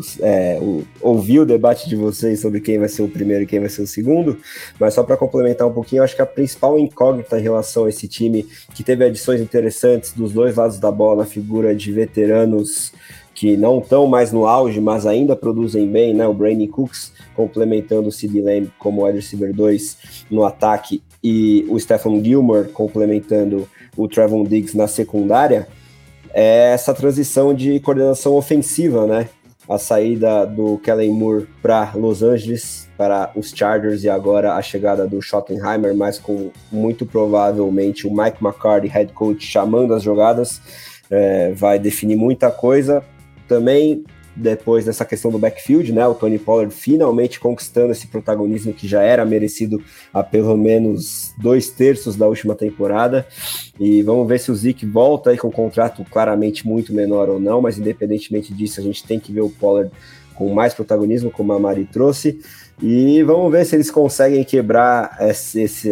ouvir o debate de vocês sobre quem vai ser o primeiro e quem vai ser o segundo, mas só para complementar um pouquinho, eu acho que a principal incógnita em relação a esse time, que teve adições interessantes dos dois lados da bola, na figura de veteranos que não estão mais no auge, mas ainda produzem bem, né? O Brandon Cooks complementando o CeeDee Lamb como wide receiver 2 no ataque e o Stephon Gilmore complementando o Trevon Diggs na secundária, é essa transição de coordenação ofensiva, né? A saída do Kellen Moore para Los Angeles, para os Chargers, e agora a chegada do Schottenheimer, mas com muito provavelmente o Mike McCarthy, head coach, chamando as jogadas, vai definir muita coisa. Também, depois dessa questão do backfield, né, o Tony Pollard finalmente conquistando esse protagonismo que já era merecido há pelo menos 2/3 da última temporada, e vamos ver se o Zeke volta aí com um contrato claramente muito menor ou não, mas independentemente disso, a gente tem que ver o Pollard com mais protagonismo, como a Mari trouxe, e vamos ver se eles conseguem quebrar esse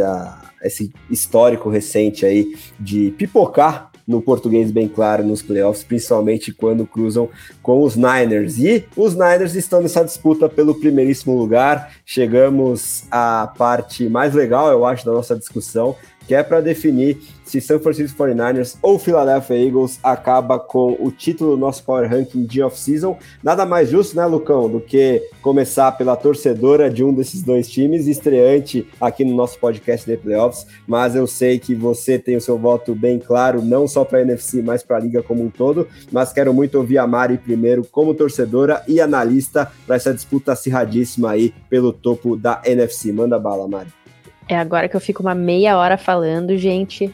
histórico recente aí de pipocar, no português bem claro, nos playoffs, principalmente quando cruzam com os Niners. E os Niners estão nessa disputa pelo primeiríssimo lugar. Chegamos à parte mais legal, eu acho, da nossa discussão, que é para definir se San Francisco 49ers ou Philadelphia Eagles acaba com o título do nosso Power Ranking de off-season. Nada mais justo, né, Lucão, do que começar pela torcedora de um desses dois times, estreante aqui no nosso podcast de playoffs, mas eu sei que você tem o seu voto bem claro, não só para a NFC, mas para a liga como um todo, mas quero muito ouvir a Mari primeiro como torcedora e analista para essa disputa acirradíssima aí pelo topo da NFC. Manda bala, Mari. É agora que eu fico uma meia hora falando, gente.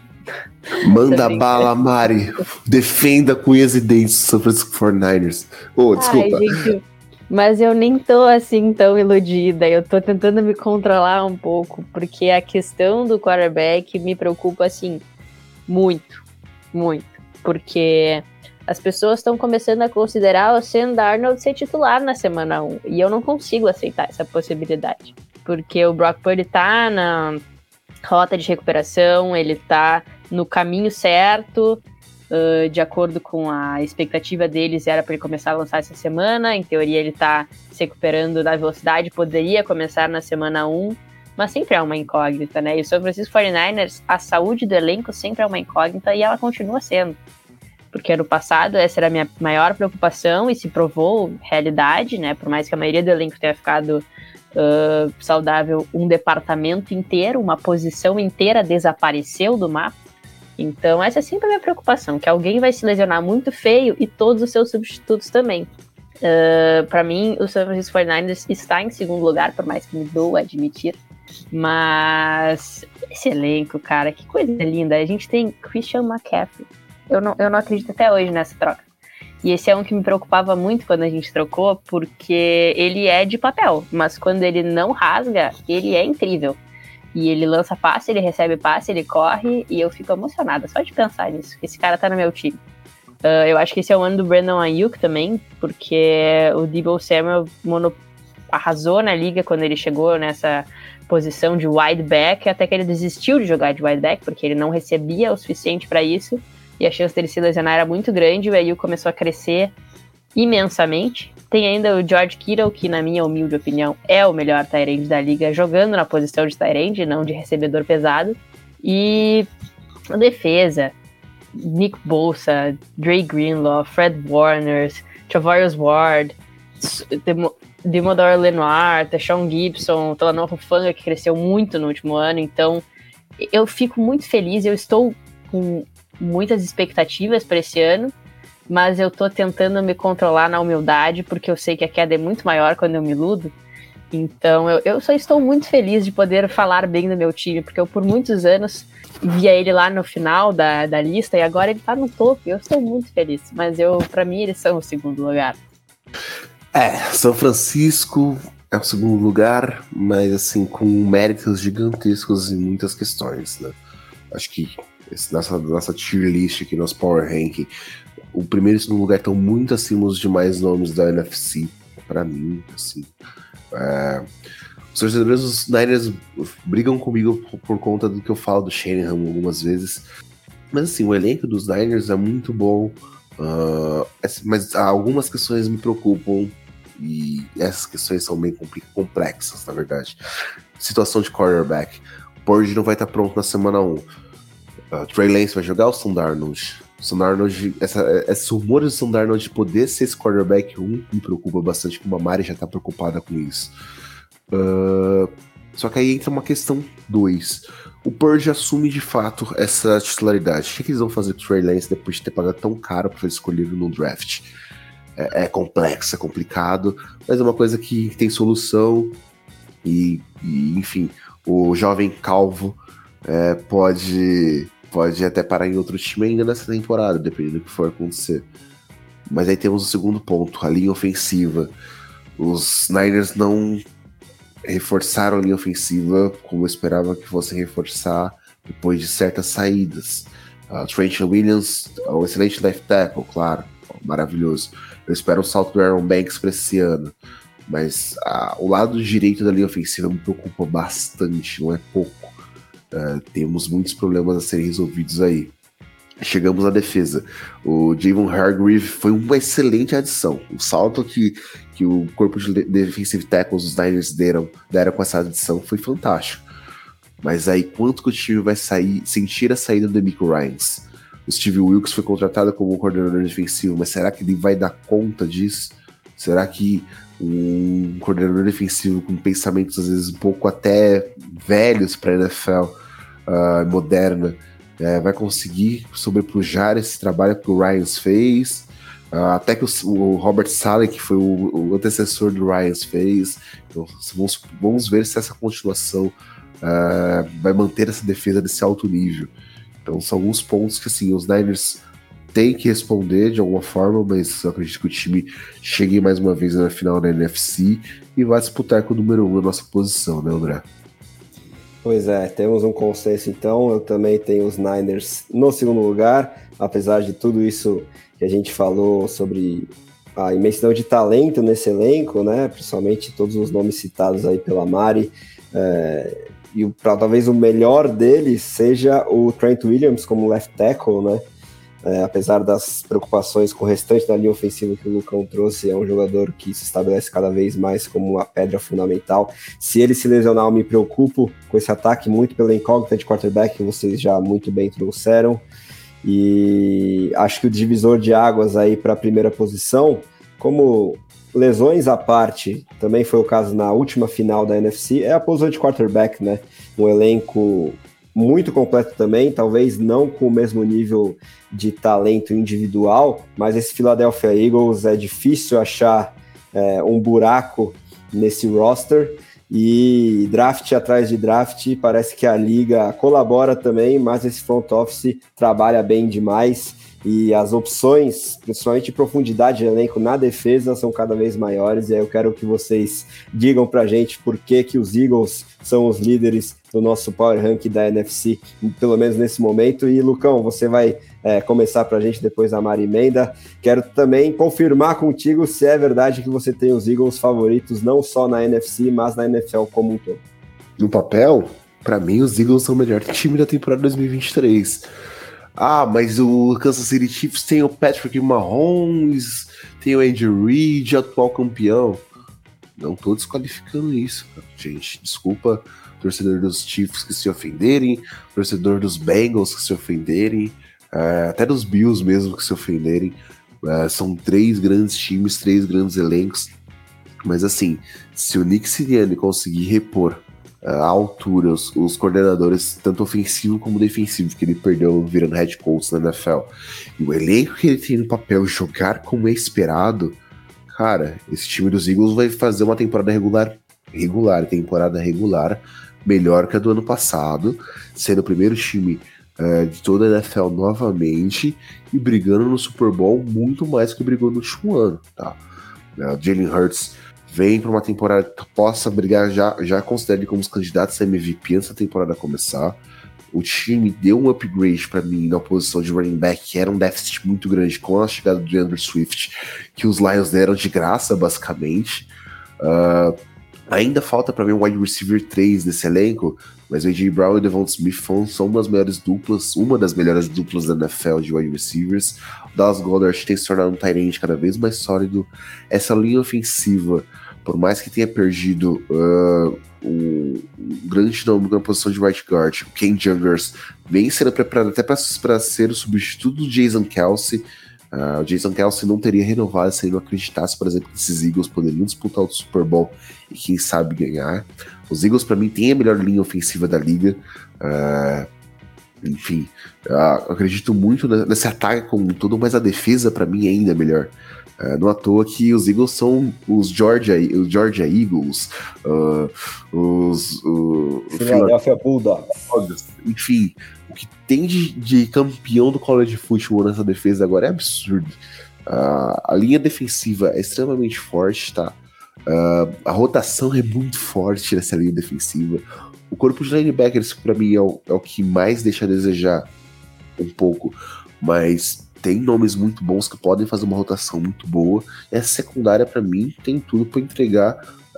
Manda bala, Mari. Defenda com unhas e dentes o San Francisco 49ers. Desculpa. Ai, gente, mas eu nem tô assim tão iludida. Eu tô tentando me controlar um pouco, porque a questão do quarterback me preocupa, assim, muito, muito. Porque as pessoas estão começando a considerar o Sam Darnold ser titular na semana 1. E eu não consigo aceitar essa possibilidade. Porque o Brock Purdy tá na rota de recuperação, ele tá no caminho certo, de acordo com a expectativa deles, era para ele começar a lançar essa semana. Em teoria ele tá se recuperando da velocidade, poderia começar na semana 1, mas sempre é uma incógnita, né? E o San Francisco 49ers, a saúde do elenco sempre é uma incógnita, e ela continua sendo. Porque ano passado essa era a minha maior preocupação e se provou realidade, né? Por mais que a maioria do elenco tenha ficado saudável, um departamento inteiro, uma posição inteira desapareceu do mapa. Então essa é sempre a minha preocupação, que alguém vai se lesionar muito feio e todos os seus substitutos também. Para mim, o San Francisco 49ers está em segundo lugar, por mais que me doa admitir. Mas esse elenco, cara, que coisa linda. A gente tem Christian McCaffrey. Eu não acredito até hoje nessa troca. E esse é um que me preocupava muito quando a gente trocou, porque ele é de papel, mas quando ele não rasga, ele é incrível. E ele lança passe, ele recebe passe, ele corre, e eu fico emocionada só de pensar nisso. Esse cara tá no meu time. Eu acho que esse é o ano do Brandon Ayuk também, porque o Deebo Samuel arrasou na liga quando ele chegou nessa posição de wide back, até que ele desistiu de jogar de wide back, porque ele não recebia o suficiente para isso. E a chance dele se lesionar era muito grande, o Ayuk começou a crescer imensamente. Tem ainda o George Kittle, que na minha humilde opinião é o melhor tight end da liga, jogando na posição de tight end, não de recebedor pesado. E a defesa, Nick Bosa, Dre Greenlaw, Fred Warner, Travarius Ward, Demodore Lenoir, Tashawn Gibson, Talanoa Hufanga, que cresceu muito no último ano. Então eu fico muito feliz, eu estou com muitas expectativas para esse ano, mas eu tô tentando me controlar na humildade, porque eu sei que a queda é muito maior quando eu me iludo. Então eu só estou muito feliz de poder falar bem do meu time, porque eu por muitos anos via ele lá no final da lista, e agora ele tá no topo, e eu estou muito feliz. Mas para mim eles são o segundo lugar. São Francisco é o segundo lugar, mas assim, com méritos gigantescos em muitas questões, né? Acho que nossa tier list aqui, nosso Power Ranking, o primeiro e segundo lugar estão muito acima dos demais nomes da NFC, pra mim, assim. Os torcedores dos Niners brigam comigo por conta do que eu falo do Shanahan algumas vezes, mas assim, o elenco dos Niners é muito bom, mas algumas questões me preocupam, e essas questões são bem complexas, na verdade. Situação de quarterback. O Purdy não vai estar pronto na semana 1. Trey Lance vai jogar o Sam Darnold. Esses rumores do Sam Darnold de poder ser esse quarterback 1 me preocupa bastante, como a Mari já tá preocupada com isso. Só que aí entra uma questão 2. O Purdy assume de fato essa titularidade. O que eles vão fazer com o Trey Lance depois de ter pagado tão caro para ele escolher no draft? É complexo, é complicado, mas é uma coisa que tem solução e enfim, o jovem calvo pode até parar em outro time ainda nessa temporada, dependendo do que for acontecer. Mas aí temos o segundo ponto, a linha ofensiva. Os Niners não reforçaram a linha ofensiva como eu esperava que fossem reforçar depois de certas saídas. Trent Williams é um excelente left tackle, claro, maravilhoso. Eu espero um salto do Aaron Banks para esse ano, mas o lado direito da linha ofensiva me preocupa bastante, não é pouco. Temos muitos problemas a serem resolvidos aí. Chegamos na defesa. O Javon Hargrave foi uma excelente adição. O salto que o corpo de defensive tackles dos Niners deram com essa adição foi fantástico. Mas aí, quanto que o time vai sentir a saída do DeMeco Ryans? O Steve Wilkes foi contratado como coordenador defensivo, mas será que ele vai dar conta disso? Será que um coordenador defensivo com pensamentos às vezes um pouco até velhos para a NFL moderna vai conseguir sobrepujar esse trabalho que o Ryans fez? Até que o Robert Saleh, que foi o antecessor do Ryans, fez. Então, vamos ver se essa continuação vai manter essa defesa desse alto nível. Então são alguns pontos que assim, os Niners têm que responder de alguma forma, mas eu acredito que o time chegue mais uma vez na final da NFC e vai disputar com o número 1 da nossa posição, né, André? Pois é, temos um consenso então. Eu também tenho os Niners no segundo lugar, apesar de tudo isso que a gente falou sobre a imensidão de talento nesse elenco, né? Principalmente todos os nomes citados aí pela Mari. E talvez o melhor deles seja o Trent Williams como left tackle, né? Apesar das preocupações com o restante da linha ofensiva que o Lucão trouxe, é um jogador que se estabelece cada vez mais como uma pedra fundamental. Se ele se lesionar, eu me preocupo com esse ataque, muito pela incógnita de quarterback que vocês já muito bem trouxeram. E acho que o divisor de águas aí para a primeira posição, como lesões à parte, também foi o caso na última final da NFC, é a posição de quarterback, né? Um elenco muito completo também, talvez não com o mesmo nível de talento individual, mas esse Philadelphia Eagles é difícil achar um buraco nesse roster, e draft atrás de draft, parece que a liga colabora também, mas esse front office trabalha bem demais, e as opções, principalmente de profundidade de elenco na defesa, são cada vez maiores, e aí eu quero que vocês digam pra gente por que os Eagles são os líderes do nosso Power Rank da NFC, pelo menos nesse momento. E Lucão, você vai começar pra gente depois da Mari Emenda. Quero também confirmar contigo se é verdade que você tem os Eagles favoritos, não só na NFC, mas na NFL como um todo. No papel, pra mim, os Eagles são o melhor time da temporada 2023. Mas o Kansas City Chiefs tem o Patrick Mahomes, tem o Andy Reid, atual campeão. Não tô desqualificando isso, cara. Gente. Desculpa, torcedor dos Chiefs que se ofenderem, torcedor dos Bengals que se ofenderem, até dos Bills mesmo que se ofenderem. São 3 grandes times, 3 grandes elencos. Mas assim, se o Nick Sirianni conseguir repor à altura os coordenadores, tanto ofensivo como defensivo, que ele perdeu virando head coach na NFL, e o elenco que ele tem no papel jogar como é esperado, cara, esse time dos Eagles vai fazer uma temporada regular, melhor que a do ano passado, sendo o primeiro time de toda a NFL novamente e brigando no Super Bowl muito mais que brigou no último ano, tá? O Jalen Hurts vem para uma temporada que possa brigar, já considere como os candidatos a MVP antes da temporada começar. O time deu um upgrade para mim na posição de running back, que era um déficit muito grande com a chegada do DeAndre Swift, que os Lions deram de graça, basicamente. Ainda falta para mim um wide receiver 3 desse elenco, mas o A.J. Brown e o Devonta Smith são uma das melhores duplas da NFL de wide receivers. O Dallas Goedert tem se tornado um tight end cada vez mais sólido. Essa linha ofensiva, por mais que tenha perdido um grande nome na posição de right guard, o Ken Jungers vem sendo preparado até para ser o substituto do Jason Kelce. O Jason Kelce não teria renovado se ele não acreditasse, por exemplo, que esses Eagles poderiam disputar o Super Bowl e quem sabe ganhar. Os Eagles, para mim, têm a melhor linha ofensiva da liga. Enfim, acredito muito nesse ataque como um todo, mas a defesa, para mim, é ainda melhor. Não à toa que os Eagles são os Georgia Eagles, o Philadelphia Bulldogs. Enfim, o que tem de campeão do college football nessa defesa agora é absurdo. A linha defensiva é extremamente forte, tá? A rotação é muito forte nessa linha defensiva. O corpo de linebackers, pra mim, é o que mais deixa a desejar um pouco, mas tem nomes muito bons que podem fazer uma rotação muito boa. Essa secundária, pra mim, tem tudo para entregar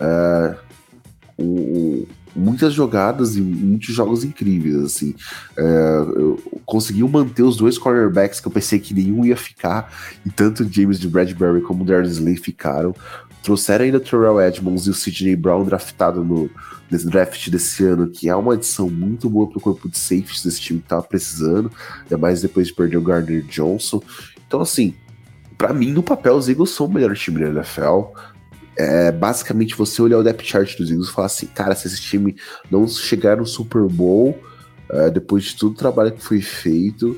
muitas jogadas e muitos jogos incríveis, assim. Conseguiu manter os 2 cornerbacks que eu pensei que nenhum ia ficar, e tanto o James de Bradbury como o Darius Slay ficaram. Trouxeram ainda o Terrell Edmonds e o Sidney Brown draftado no draft desse ano, que é uma adição muito boa pro corpo de safeties desse time que tava precisando, ainda mais depois de perder o Gardner Johnson. Então, assim, pra mim, no papel, os Eagles são o melhor time da NFL. Basicamente, você olhar o depth chart dos Eagles e falar assim, cara, se esse time não chegar no Super Bowl, depois de todo o trabalho que foi feito,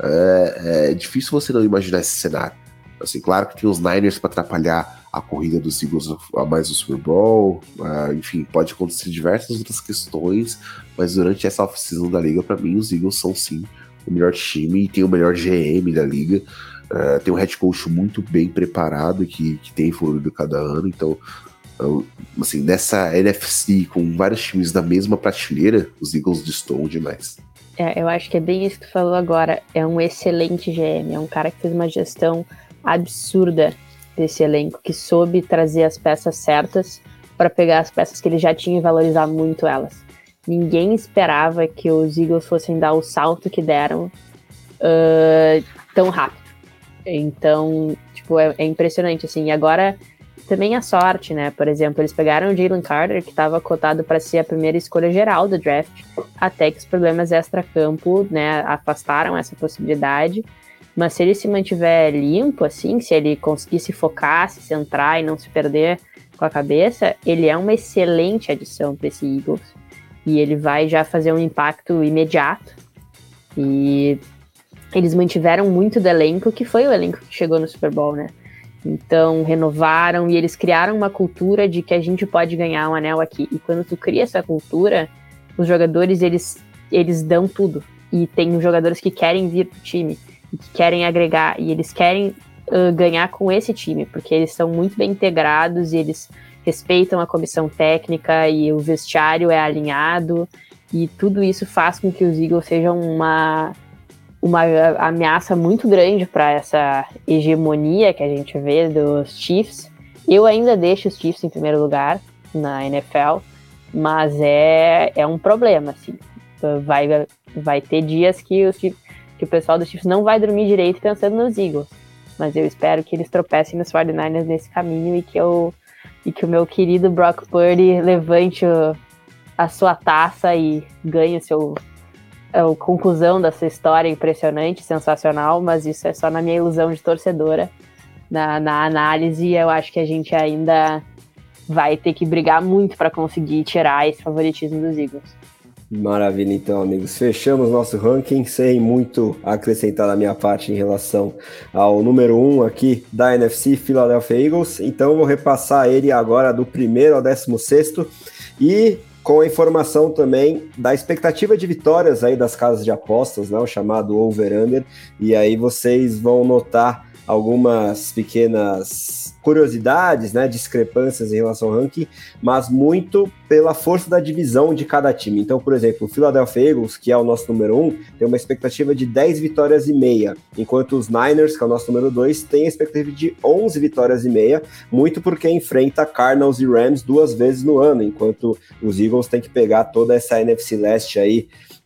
é difícil você não imaginar esse cenário. Assim, claro que tem os Niners para atrapalhar a corrida dos Eagles a mais no Super Bowl, enfim, pode acontecer diversas outras questões, mas durante essa off-season da liga, para mim, os Eagles são sim o melhor time e tem o melhor GM da liga. Tem um head coach muito bem preparado que tem evoluído cada ano, então, assim, nessa NFC com vários times da mesma prateleira, os Eagles destoam demais. Eu acho que é bem isso que tu falou agora, é um excelente GM, é um cara que fez uma gestão absurda desse elenco, que soube trazer as peças certas para pegar as peças que ele já tinha e valorizar muito elas. Ninguém esperava que os Eagles fossem dar o salto que deram tão rápido. Então, tipo, é impressionante, assim. E agora, também a sorte, né? Por exemplo, eles pegaram o Jalen Carter, que estava cotado para ser a primeira escolha geral do draft, até que os problemas extra-campo, né, afastaram essa possibilidade. Mas se ele se mantiver limpo, assim, se ele conseguir se focar, se centrar e não se perder com a cabeça, ele é uma excelente adição para esse Eagles. E ele vai já fazer um impacto imediato. E eles mantiveram muito do elenco, que foi o elenco que chegou no Super Bowl, né? Então, renovaram e eles criaram uma cultura de que a gente pode ganhar um anel aqui. E quando tu cria essa cultura, os jogadores, eles dão tudo. E tem jogadores que querem vir pro time, que querem agregar, e eles querem ganhar com esse time, porque eles são muito bem integrados e eles respeitam a comissão técnica e o vestiário é alinhado, e tudo isso faz com que os Eagles sejam uma ameaça muito grande para essa hegemonia que a gente vê dos Chiefs. Eu ainda deixo os Chiefs em primeiro lugar na NFL, mas é um problema, assim. Vai ter dias que o pessoal dos Chiefs não vai dormir direito pensando nos Eagles. mas eu espero que eles tropecem nos 49ers nesse caminho e que o meu querido Brock Purdy levante a sua taça e ganhe a conclusão dessa história impressionante, sensacional, mas isso é só na minha ilusão de torcedora. Na análise, eu acho que a gente ainda vai ter que brigar muito para conseguir tirar esse favoritismo dos Eagles. Maravilha, então, amigos. Fechamos nosso ranking sem muito a acrescentar da minha parte em relação ao número 1 aqui da NFC, Philadelphia Eagles. Então, eu vou repassar ele agora do 1º ao 16º e com a informação também da expectativa de vitórias aí das casas de apostas, né, o chamado over-under. E aí vocês vão notar algumas pequenas curiosidades, né, discrepâncias em relação ao ranking, mas muito pela força da divisão de cada time. Então, por exemplo, o Philadelphia Eagles, que é o nosso número 1, tem uma expectativa de 10 vitórias e meia, enquanto os Niners, que é o nosso número 2, tem a expectativa de 11 vitórias e meia, muito porque enfrenta Cardinals e Rams 2 vezes no ano, enquanto os Eagles têm que pegar toda essa NFC Leste aí,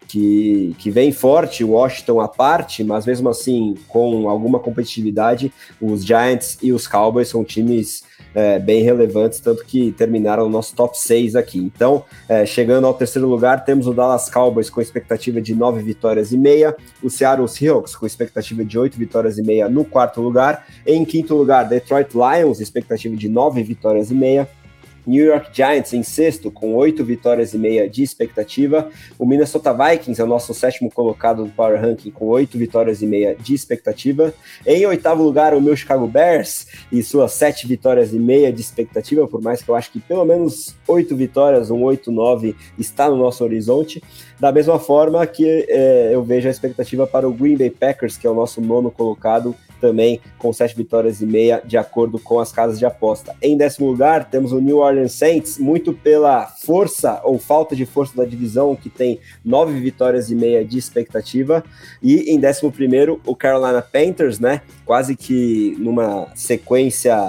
que vem forte, o Washington à parte, mas mesmo assim, com alguma competitividade, os Giants e os Cowboys são times bem relevantes, tanto que terminaram o nosso top 6 aqui. Então, chegando ao 3º lugar, temos o Dallas Cowboys com expectativa de 9 vitórias e meia, o Seattle Seahawks com expectativa de 8 vitórias e meia no 4º lugar, em 5º lugar, Detroit Lions, expectativa de 9 vitórias e meia, New York Giants em 6º, com 8 vitórias e meia de expectativa. O Minnesota Vikings é o nosso 7º colocado do Power Ranking, com 8 vitórias e meia de expectativa. Em 8º lugar, o meu Chicago Bears e suas 7 vitórias e meia de expectativa, por mais que eu acho que pelo menos 8 vitórias, um 8-9, está no nosso horizonte. Da mesma forma que eu vejo a expectativa para o Green Bay Packers, que é o nosso 9º colocado, também com 7 vitórias e meia, de acordo com as casas de aposta. Em 10º lugar, temos o New Orleans Saints, muito pela força ou falta de força da divisão, que tem 9 vitórias e meia de expectativa. E em 11º, o Carolina Panthers, né? Quase que numa sequência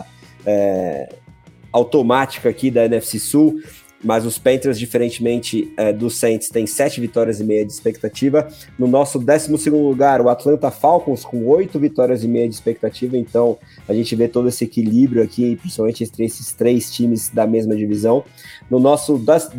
automática aqui da NFC Sul, mas os Panthers, diferentemente dos Saints, têm 7 vitórias e meia de expectativa. No nosso 12º lugar, o Atlanta Falcons, com 8 vitórias e meia de expectativa. Então, a gente vê todo esse equilíbrio aqui, principalmente entre esses 3 times da mesma divisão. No nosso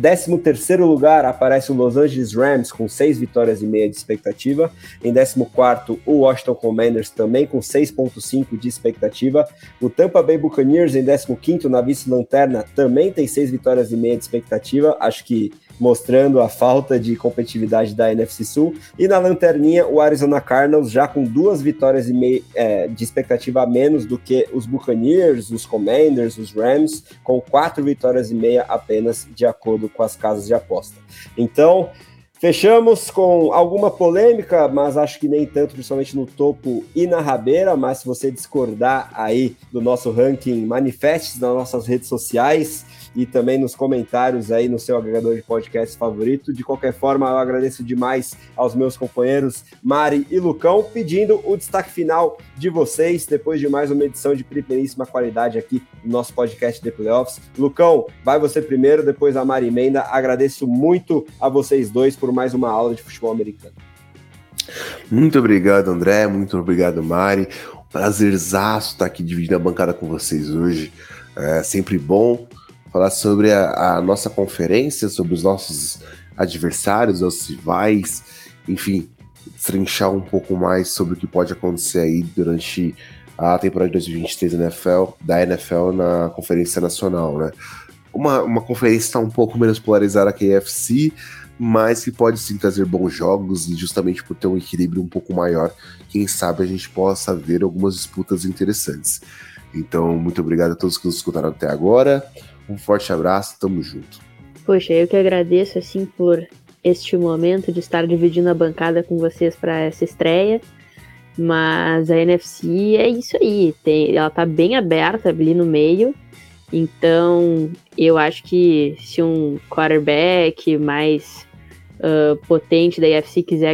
13º lugar, aparece o Los Angeles Rams, com 6 vitórias e meia de expectativa. Em 14º, o Washington Commanders, também com 6,5 de expectativa. O Tampa Bay Buccaneers, em 15º, na vice-lanterna, também tem 6 vitórias e meia de expectativa, acho que mostrando a falta de competitividade da NFC Sul. E na lanterninha, o Arizona Cardinals, já com 2 vitórias e meia de expectativa a menos do que os Buccaneers, os Commanders, os Rams, com 4 vitórias e meia apenas, de acordo com as casas de aposta. Então, fechamos com alguma polêmica, mas acho que nem tanto, principalmente no topo e na rabeira. Mas se você discordar aí do nosso ranking, manifeste nas nossas redes sociais e também nos comentários aí no seu agregador de podcast favorito. De qualquer forma, eu agradeço demais aos meus companheiros Mari e Lucão, pedindo o destaque final de vocês, depois de mais uma edição de primeiríssima qualidade aqui no nosso podcast The Playoffs. Lucão, vai você primeiro, depois a Mari emenda. Agradeço muito a vocês dois por mais uma aula de futebol americano. Muito obrigado, André, muito obrigado, Mari. Prazerzaço estar aqui dividindo a bancada com vocês hoje. É sempre bom falar sobre a nossa conferência, sobre os nossos adversários, os rivais, enfim, trinchar um pouco mais sobre o que pode acontecer aí durante a temporada de 2023 da NFL na Conferência Nacional, né? Uma conferência está um pouco menos polarizada que a AFC, mas que pode sim trazer bons jogos, e justamente por ter um equilíbrio um pouco maior, quem sabe a gente possa ver algumas disputas interessantes. Então, muito obrigado a todos que nos escutaram até agora. Um forte abraço, tamo junto. Poxa, eu que agradeço, assim, por este momento de estar dividindo a bancada com vocês para essa estreia. Mas a NFC é isso aí, ela tá bem aberta ali no meio. Então, eu acho que se um quarterback mais potente da AFC quiser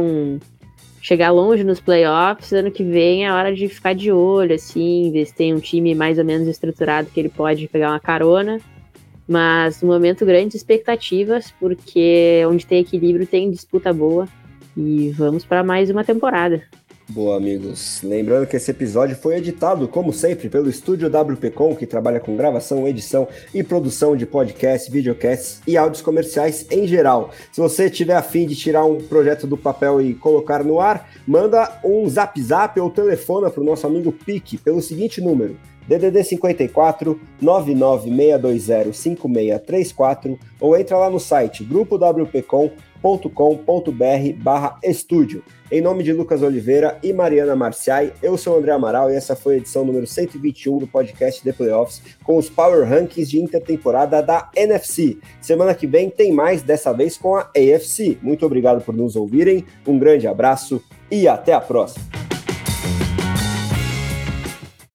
chegar longe nos playoffs, ano que vem é hora de ficar de olho, assim, ver se tem um time mais ou menos estruturado que ele pode pegar uma carona. Mas no momento, grandes expectativas, porque onde tem equilíbrio tem disputa boa. E vamos para mais uma temporada. Boa, amigos. Lembrando que esse episódio foi editado, como sempre, pelo Estúdio WPcom, que trabalha com gravação, edição e produção de podcasts, videocasts e áudios comerciais em geral. Se você tiver a fim de tirar um projeto do papel e colocar no ar, manda um zap ou telefona para o nosso amigo Pique pelo seguinte número: DDD 54 99620 5634, ou entra lá no site grupowpcom.com.br/estúdio. Em nome de Lucas Oliveira e Mariana Marciai, eu sou o André Amaral e essa foi a edição número 121 do podcast The Playoffs, com os Power Rankings de intertemporada da NFC. Semana que vem tem mais, dessa vez com a AFC. Muito obrigado por nos ouvirem, um grande abraço e até a próxima.